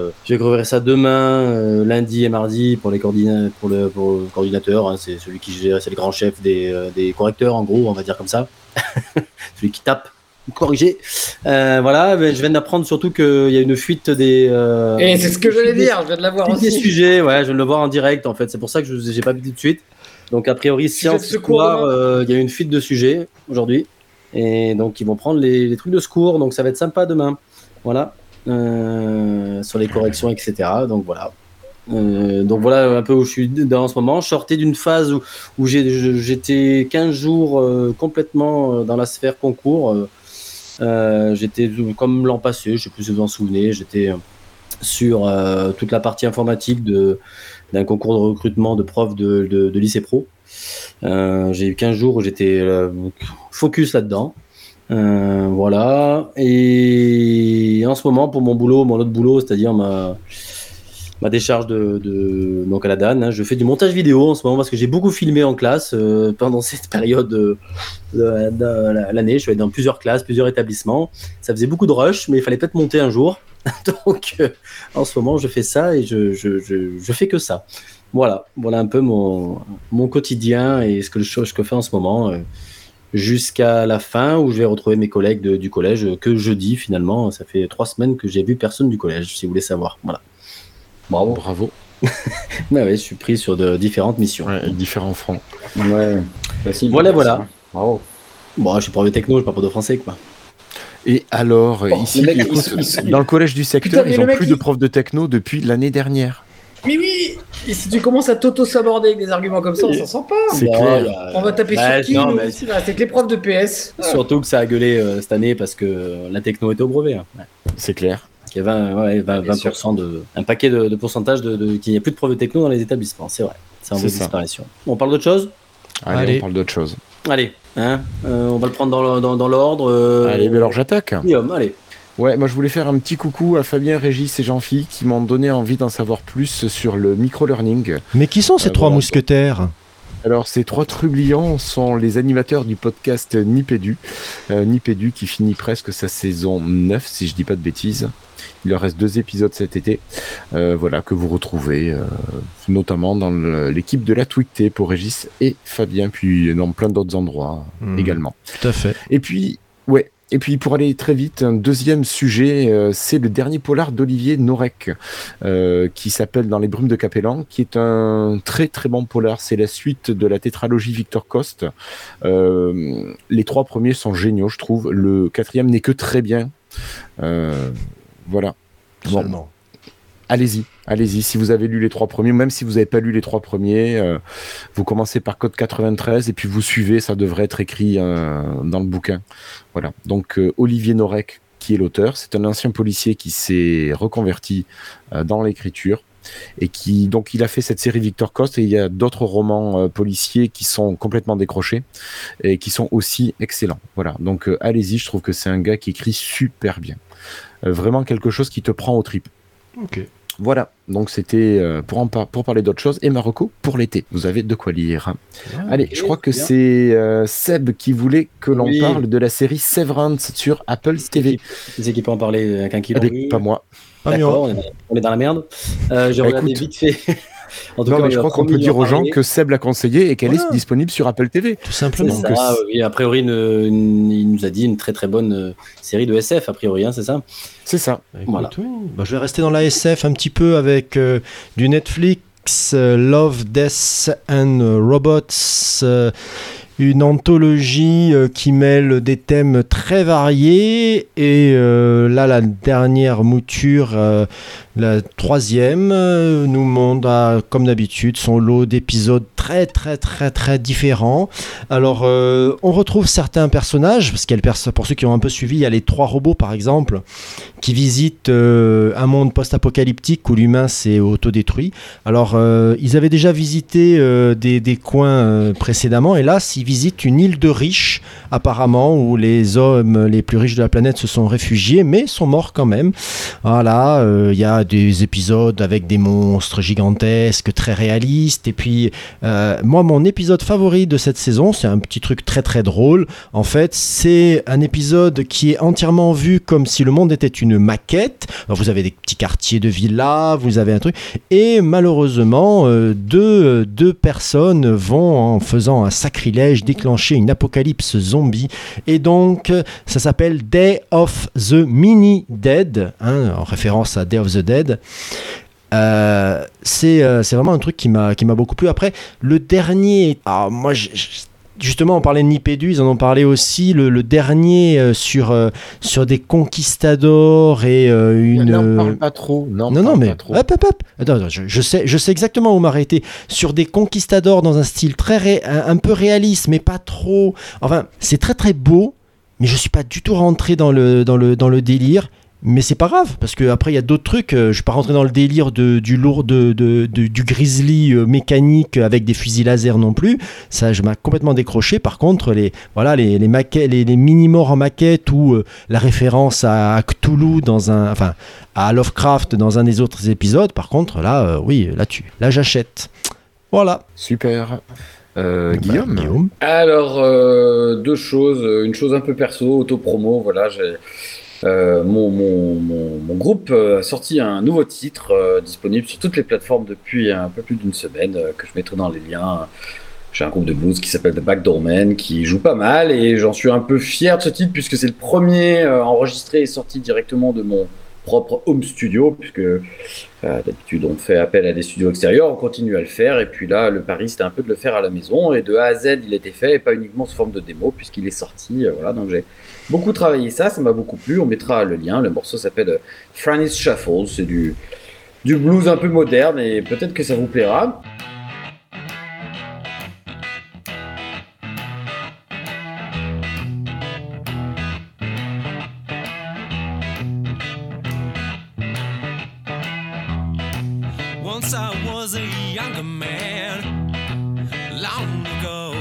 demain, lundi et mardi pour le coordinateur, hein, c'est celui qui gère, c'est le grand chef des correcteurs en gros, on va dire comme ça, celui qui tape. Corriger. Voilà, je viens d'apprendre surtout qu'il y a une fuite des. Et c'est ce que j'allais dire, je viens de l'avoir aussi. Des sujets, ouais, je viens de le voir en direct en fait. C'est pour ça que je n'ai pas vu tout de suite. Donc a priori, sciences secours, il y a une fuite de sujets aujourd'hui, et donc ils vont prendre les trucs de secours. Donc ça va être sympa demain. Voilà, sur les corrections, etc. Donc voilà. Un peu où je suis en ce moment. Je sortais d'une phase où j'étais 15 jours complètement dans la sphère concours. J'étais comme l'an passé, je ne sais plus si vous vous en souvenez, j'étais sur toute la partie informatique d'un concours de recrutement de profs de lycée pro. J'ai eu 15 jours où j'étais focus là-dedans. Voilà. Et en ce moment, pour mon autre boulot, c'est-à-dire ma décharge donc à la DAN, hein, je fais du montage vidéo en ce moment parce que j'ai beaucoup filmé en classe pendant cette période de l'année. Je suis allé dans plusieurs classes, plusieurs établissements. Ça faisait beaucoup de rush, mais il fallait peut-être monter un jour. Donc en ce moment, je fais ça et je fais que ça. Voilà un peu mon quotidien et ce que je fais en ce moment jusqu'à la fin où je vais retrouver mes collègues du collège que jeudi finalement. Ça fait 3 semaines que j'ai vu personne du collège, si vous voulez savoir. Voilà. Bravo. Ouais, je suis pris sur de différentes missions. Ouais, différents fronts. Ouais. Facile. Voilà. Bravo. Bon, je suis prof de techno, je parle pas de français, quoi. Et alors, ici, dans le collège du secteur, ils n'ont plus de profs de techno depuis l'année dernière. Mais oui. Et si tu commences à t'auto-saborder avec des arguments comme ça, on s'en sent pas. C'est clair. On va taper sur qui nous aussi, là, c'est que les profs de PS. Surtout que ça a gueulé cette année parce que la techno était au brevet. Hein. Ouais. C'est clair. Il y a 20% un paquet de pourcentage qu'il n'y a plus de profs de techno dans les établissements, c'est vrai. C'est en voie de disparition. On parle d'autre chose ? Allez, on parle d'autre chose. Allez, hein, on va le prendre dans l'ordre. Allez, mais alors j'attaque. Guillaume, allez. Ouais, moi je voulais faire un petit coucou à Fabien, Régis et Jean-Phi qui m'ont donné envie d'en savoir plus sur le micro-learning. Mais qui sont ces 3 mousquetaires ? Alors, ces 3 trublions sont les animateurs du podcast Nipédu. Nipédu qui finit presque sa saison 9, si je dis pas de bêtises. Il leur reste 2 épisodes cet été, que vous retrouvez notamment dans l'équipe de la Tweeté pour Régis et Fabien, puis dans plein d'autres endroits également. Tout à fait. Et puis, Et puis pour aller très vite, un deuxième sujet, c'est le dernier polar d'Olivier Norek, qui s'appelle Dans les brumes de Capellan, qui est un très très bon polar. C'est la suite de la tétralogie Victor Coste. Les 3 premiers sont géniaux, je trouve. Le 4e n'est que très bien. Voilà. Bon. Allez-y, si vous avez lu les 3 premiers, même si vous n'avez pas lu les 3 premiers, vous commencez par Code 93 et puis vous suivez, ça devrait être écrit dans le bouquin. Voilà, donc Olivier Norek, qui est l'auteur, c'est un ancien policier qui s'est reconverti dans l'écriture et qui, donc il a fait cette série Victor Coste et il y a d'autres romans policiers qui sont complètement décrochés et qui sont aussi excellents. Voilà, donc allez-y, je trouve que c'est un gars qui écrit super bien. Vraiment quelque chose qui te prend aux tripes. Ok. Voilà, donc c'était pour parler d'autre chose. Et Marocco pour l'été, vous avez de quoi lire. Allez, je crois que c'est Seb qui voulait que l'on parle de la série Severance sur Apple TV. C'est qui peut en parler avec un kilo. Pas moi. D'accord, on est dans la merde. J'ai regardé vite fait. En tout cas, mais je crois qu'on peut dire aux gens que Seb l'a conseillé et qu'elle est disponible sur Apple TV. Tout simplement. Oui, a priori, il nous a dit une très très bonne série de SF, a priori, hein, c'est ça ? C'est ça. Écoute, voilà. Oui. Je vais rester dans la SF un petit peu avec du Netflix, Love, Death and Robots, une anthologie qui mêle des thèmes très variés et là la dernière mouture, la 3e, nous montre comme d'habitude son lot d'épisodes très très très très différents. Alors on retrouve certains personnages, parce pour ceux qui ont un peu suivi, il y a les 3 robots par exemple qui visitent un monde post-apocalyptique où l'humain s'est autodétruit. Alors ils avaient déjà visité des coins précédemment et là ils visitent une île de riches apparemment où les hommes les plus riches de la planète se sont réfugiés mais sont morts quand même. Voilà, il y a des épisodes avec des monstres gigantesques très réalistes et puis moi mon épisode favori de cette saison, c'est un petit truc très très drôle. En fait, c'est un épisode qui est entièrement vu comme si le monde était une maquette. Alors, vous avez des petits quartiers de villas, vous avez un truc et malheureusement deux personnes vont en faisant un sacrilège déclencher une apocalypse zombie et donc ça s'appelle Day of the Mini Dead, en référence à Day of the Dead. C'est vraiment un truc qui m'a beaucoup plu. Après, le dernier, moi justement, on parlait de Nipédu, ils en ont parlé aussi, le dernier sur des conquistadors et une... N'en parle pas trop. Non, mais... Hop. Attends, je sais exactement où m'arrêter. Sur des conquistadors dans un style un peu réaliste, mais pas trop... Enfin, c'est très très beau, mais je suis pas du tout rentré dans le délire. Mais c'est pas grave, parce qu'après il y a d'autres trucs. Je suis pas rentré dans le délire du grizzly mécanique avec des fusils laser non plus. Ça, je m'ai complètement décroché. Par contre, les maquettes, les mini-morts en maquette ou la référence à Cthulhu à Lovecraft dans un des autres épisodes. Par contre, là, là j'achète. Voilà. Super. Guillaume. Alors, 2 choses. Une chose un peu perso, auto-promo. Voilà, mon groupe a sorti un nouveau titre disponible sur toutes les plateformes depuis un peu plus d'une semaine que je mettrai dans les liens. J'ai un groupe de blues qui s'appelle The Backdoormen qui joue pas mal et j'en suis un peu fier de ce titre puisque c'est le premier enregistré et sorti directement de mon propre home studio puisque d'habitude on fait appel à des studios extérieurs, on continue à le faire et puis là le pari c'était un peu de le faire à la maison et de A à Z il était fait et pas uniquement sous forme de démo puisqu'il est sorti, voilà, donc j'ai beaucoup travaillé ça m'a beaucoup plu, on mettra le lien, le morceau s'appelle Franny's Shuffle, c'est du blues un peu moderne et peut-être que ça vous plaira. Once I was a younger man, long ago.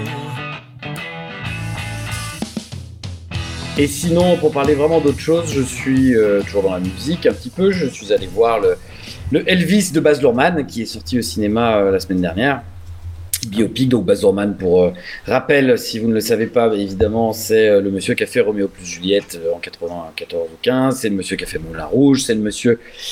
Et sinon, pour parler vraiment d'autre chose, je suis toujours dans la musique un petit peu. Je suis allé voir le Elvis de Baz Luhrmann qui est sorti au cinéma la semaine dernière. Biopic, donc Baz Luhrmann, pour rappel, si vous ne le savez pas, évidemment, c'est le monsieur qui a fait Roméo plus Juliette en 94 ou 15, c'est le monsieur qui a fait Moulin Rouge, c'est le monsieur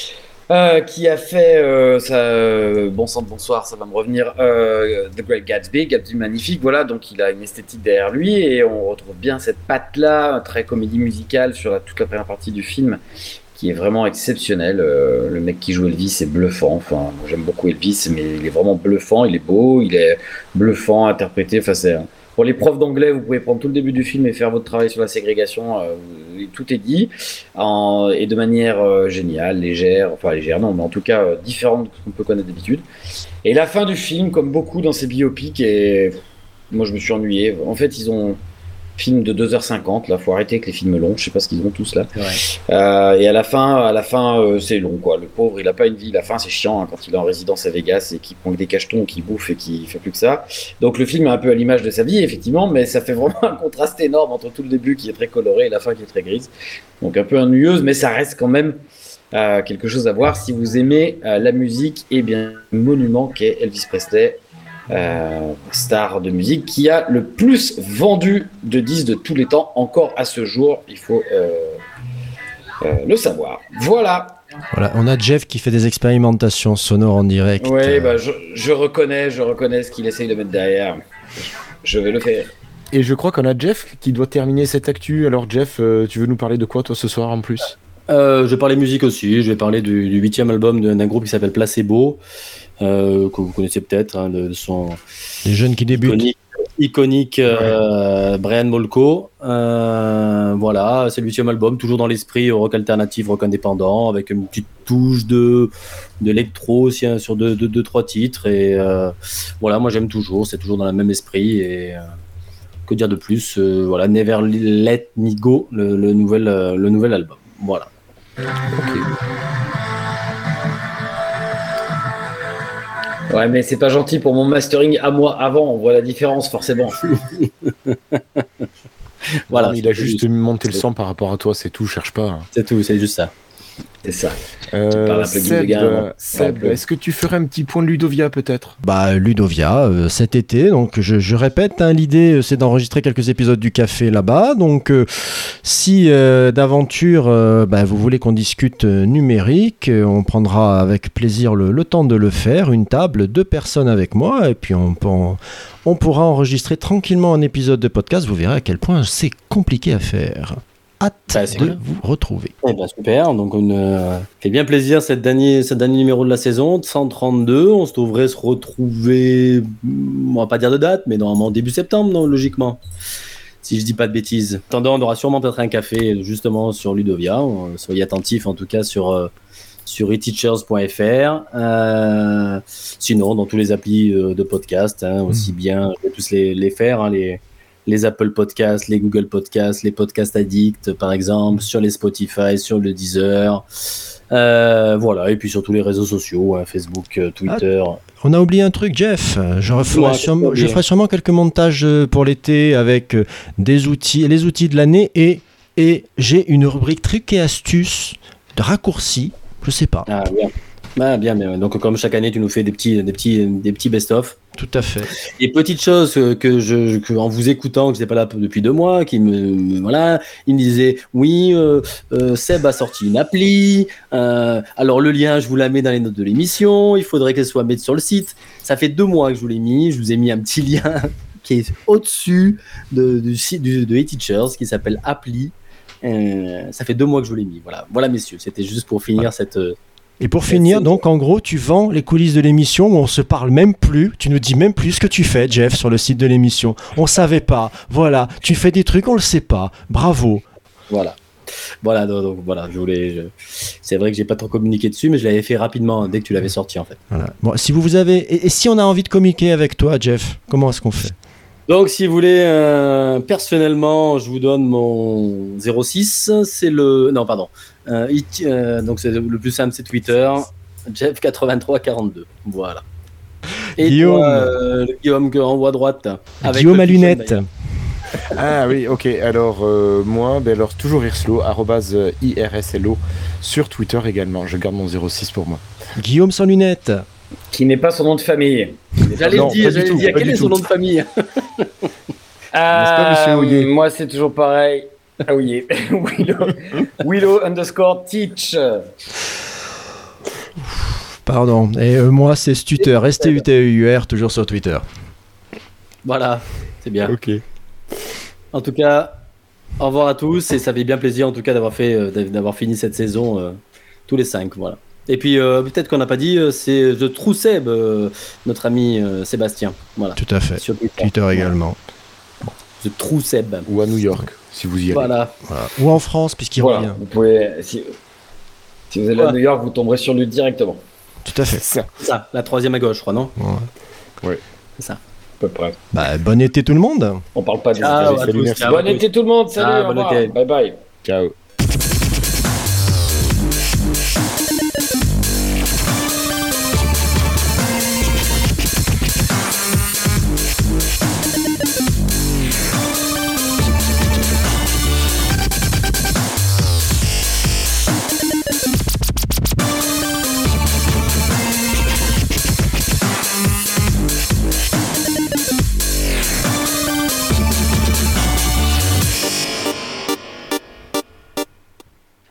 Qui a fait bon sang de bonsoir, ça va me revenir. The Great Gatsby magnifique, voilà. Donc il a une esthétique derrière lui et on retrouve bien cette patte-là, très comédie musicale sur toute la première partie du film, qui est vraiment exceptionnelle. Le mec qui joue Elvis est bluffant. Enfin, moi, j'aime beaucoup Elvis, mais il est vraiment bluffant. Il est beau, il est bluffant, interprété. Enfin, pour les profs d'anglais, vous pouvez prendre tout le début du film et faire votre travail sur la ségrégation. Tout est dit et de manière géniale, légère. Enfin, légère, non, mais en tout cas différente de ce qu'on peut connaître d'habitude. Et la fin du film, comme beaucoup dans ces biopics, moi je me suis ennuyé. En fait, ils ont film de 2h50, là, faut arrêter avec les films longs, je sais pas ce qu'ils ont tous là. Ouais. Et à la fin, c'est long, quoi. Le pauvre, il a pas une vie. La fin, c'est chiant hein, quand il est en résidence à Vegas et qu'il prend des cachetons, qu'il bouffe et qu'il fait plus que ça. Donc le film est un peu à l'image de sa vie, effectivement, mais ça fait vraiment un contraste énorme entre tout le début qui est très coloré et la fin qui est très grise. Donc un peu ennuyeuse, mais ça reste quand même quelque chose à voir si vous aimez la musique et bien le monument qu'est Elvis Presley. Star de musique qui a le plus vendu de disques de tous les temps encore à ce jour, il faut le savoir. Voilà, on a Jeff qui fait des expérimentations sonores en direct. Oui, je reconnais ce qu'il essaye de mettre derrière. Je vais le faire. Et je crois qu'on a Jeff qui doit terminer cette actu. Alors Jeff, tu veux nous parler de quoi toi ce soir en plus? Je vais parler musique aussi, je vais parler du 8e album d'un groupe qui s'appelle Placebo, que vous connaissez peut-être, hein, de son les jeunes qui débutent. Iconique Brian Molko. Voilà, c'est le 8e album, toujours dans l'esprit rock alternatif, rock indépendant, avec une petite touche d'électro aussi hein, sur deux, trois titres. Et voilà, moi j'aime toujours, c'est toujours dans le même esprit. Et que dire de plus, voilà, Never Let Me Go, le nouvel album. Voilà. Okay. Ouais, mais c'est pas gentil pour mon mastering à moi avant, on voit la différence forcément. Voilà, il a juste monté le son par rapport à toi, c'est tout, cherche pas. C'est tout, c'est juste ça. C'est ça. Seb, est-ce que tu ferais un petit point de Ludovia peut-être? Ludovia, cet été, donc je répète, hein, l'idée c'est d'enregistrer quelques épisodes du Café là-bas, donc si d'aventure vous voulez qu'on discute numérique, on prendra avec plaisir le temps de le faire, une table, 2 personnes avec moi, et puis on pourra enregistrer tranquillement un épisode de podcast, vous verrez à quel point c'est compliqué à faire. Hâte de vous retrouver. Super, donc fait bien plaisir cette dernier numéro de la saison, 132. On devrait se retrouver, on va pas dire de date, mais normalement début septembre, non, logiquement, si je dis pas de bêtises. En attendant, on aura sûrement peut-être un café justement sur Ludovia. Soyez attentifs en tout cas sur eteachers.fr. Sinon, dans tous les applis de podcast, hein, aussi bien, je vais tous les faire, hein, les Apple Podcasts, les Google Podcasts, les Podcast Addict, par exemple, sur les Spotify, sur le Deezer. Voilà, et puis sur tous les réseaux sociaux, hein, Facebook, Twitter. On a oublié un truc, Jeff. Je ferai sûrement quelques montages pour l'été avec les outils de l'année et j'ai une rubrique trucs et astuces de raccourcis. Je sais pas. Ah, bien. Bien. Donc, comme chaque année, tu nous fais des petits best-of. Tout à fait. Et petite chose que en vous écoutant, que j'étais pas là depuis 2 mois, il me disait oui, Seb a sorti une appli. Alors le lien, je vous la mets dans les notes de l'émission. Il faudrait qu'elle soit mise sur le site. Ça fait 2 mois que je vous l'ai mis. Je vous ai mis un petit lien qui est au-dessus du site de eTeachers qui s'appelle Appli. Ça fait 2 mois que je vous l'ai mis. Voilà, messieurs. C'était juste pour finir cette. Et pour finir, donc en gros, tu vends les coulisses de l'émission où on se parle même plus, tu nous dis même plus ce que tu fais, Jeff, sur le site de l'émission. On savait pas. Voilà, tu fais des trucs, on le sait pas. Bravo. Voilà, donc voilà, c'est vrai que j'ai pas trop communiqué dessus, mais je l'avais fait rapidement dès que tu l'avais sorti en fait. Voilà. Bon, si vous avez et si on a envie de communiquer avec toi, Jeff, comment est-ce qu'on fait? Donc, si vous voulez, personnellement, je vous donne mon 06, c'est le... Non, pardon. Donc, c'est le plus simple, c'est Twitter, Jeff8342. Voilà. Et Guillaume. Toi, Guillaume en haut à droite. Avec Guillaume à lunettes. Ah oui, ok. Alors, moi, toujours Irslo, @IRSLO, sur Twitter également. Je garde mon 06 pour moi. Guillaume sans lunettes. Qui n'est pas son nom de famille. J'allais dire, quel est son nom de famille? Moi, c'est toujours pareil. Ah oui, Willow _teach. Pardon. Et moi, c'est Stutter, STUTEUR, toujours sur Twitter. Voilà, c'est bien. Ok. En tout cas, au revoir à tous et ça fait bien plaisir en tout cas d'avoir fini cette saison tous les 5, voilà. Et puis peut-être qu'on n'a pas dit, c'est The True Seb, notre ami Sébastien, voilà. Tout à fait. Sur Twitter également. The True Seb. Ou à New York, si vous y allez. Voilà. Ou en France, puisqu'il Voilà, revient. vous pouvez, si vous allez à New York, vous tomberez sur lui directement. Tout à fait. Ça. Ça, la 3e à gauche, je crois, non? Ouais. C'est ça. À peu près. Bah, bon été tout le monde. On parle pas des Ciao à États-Unis. tous. merci. Ciao à Bon tous. été tout le monde, salut, Ah, au bon revoir. été. Bye bye. Ciao.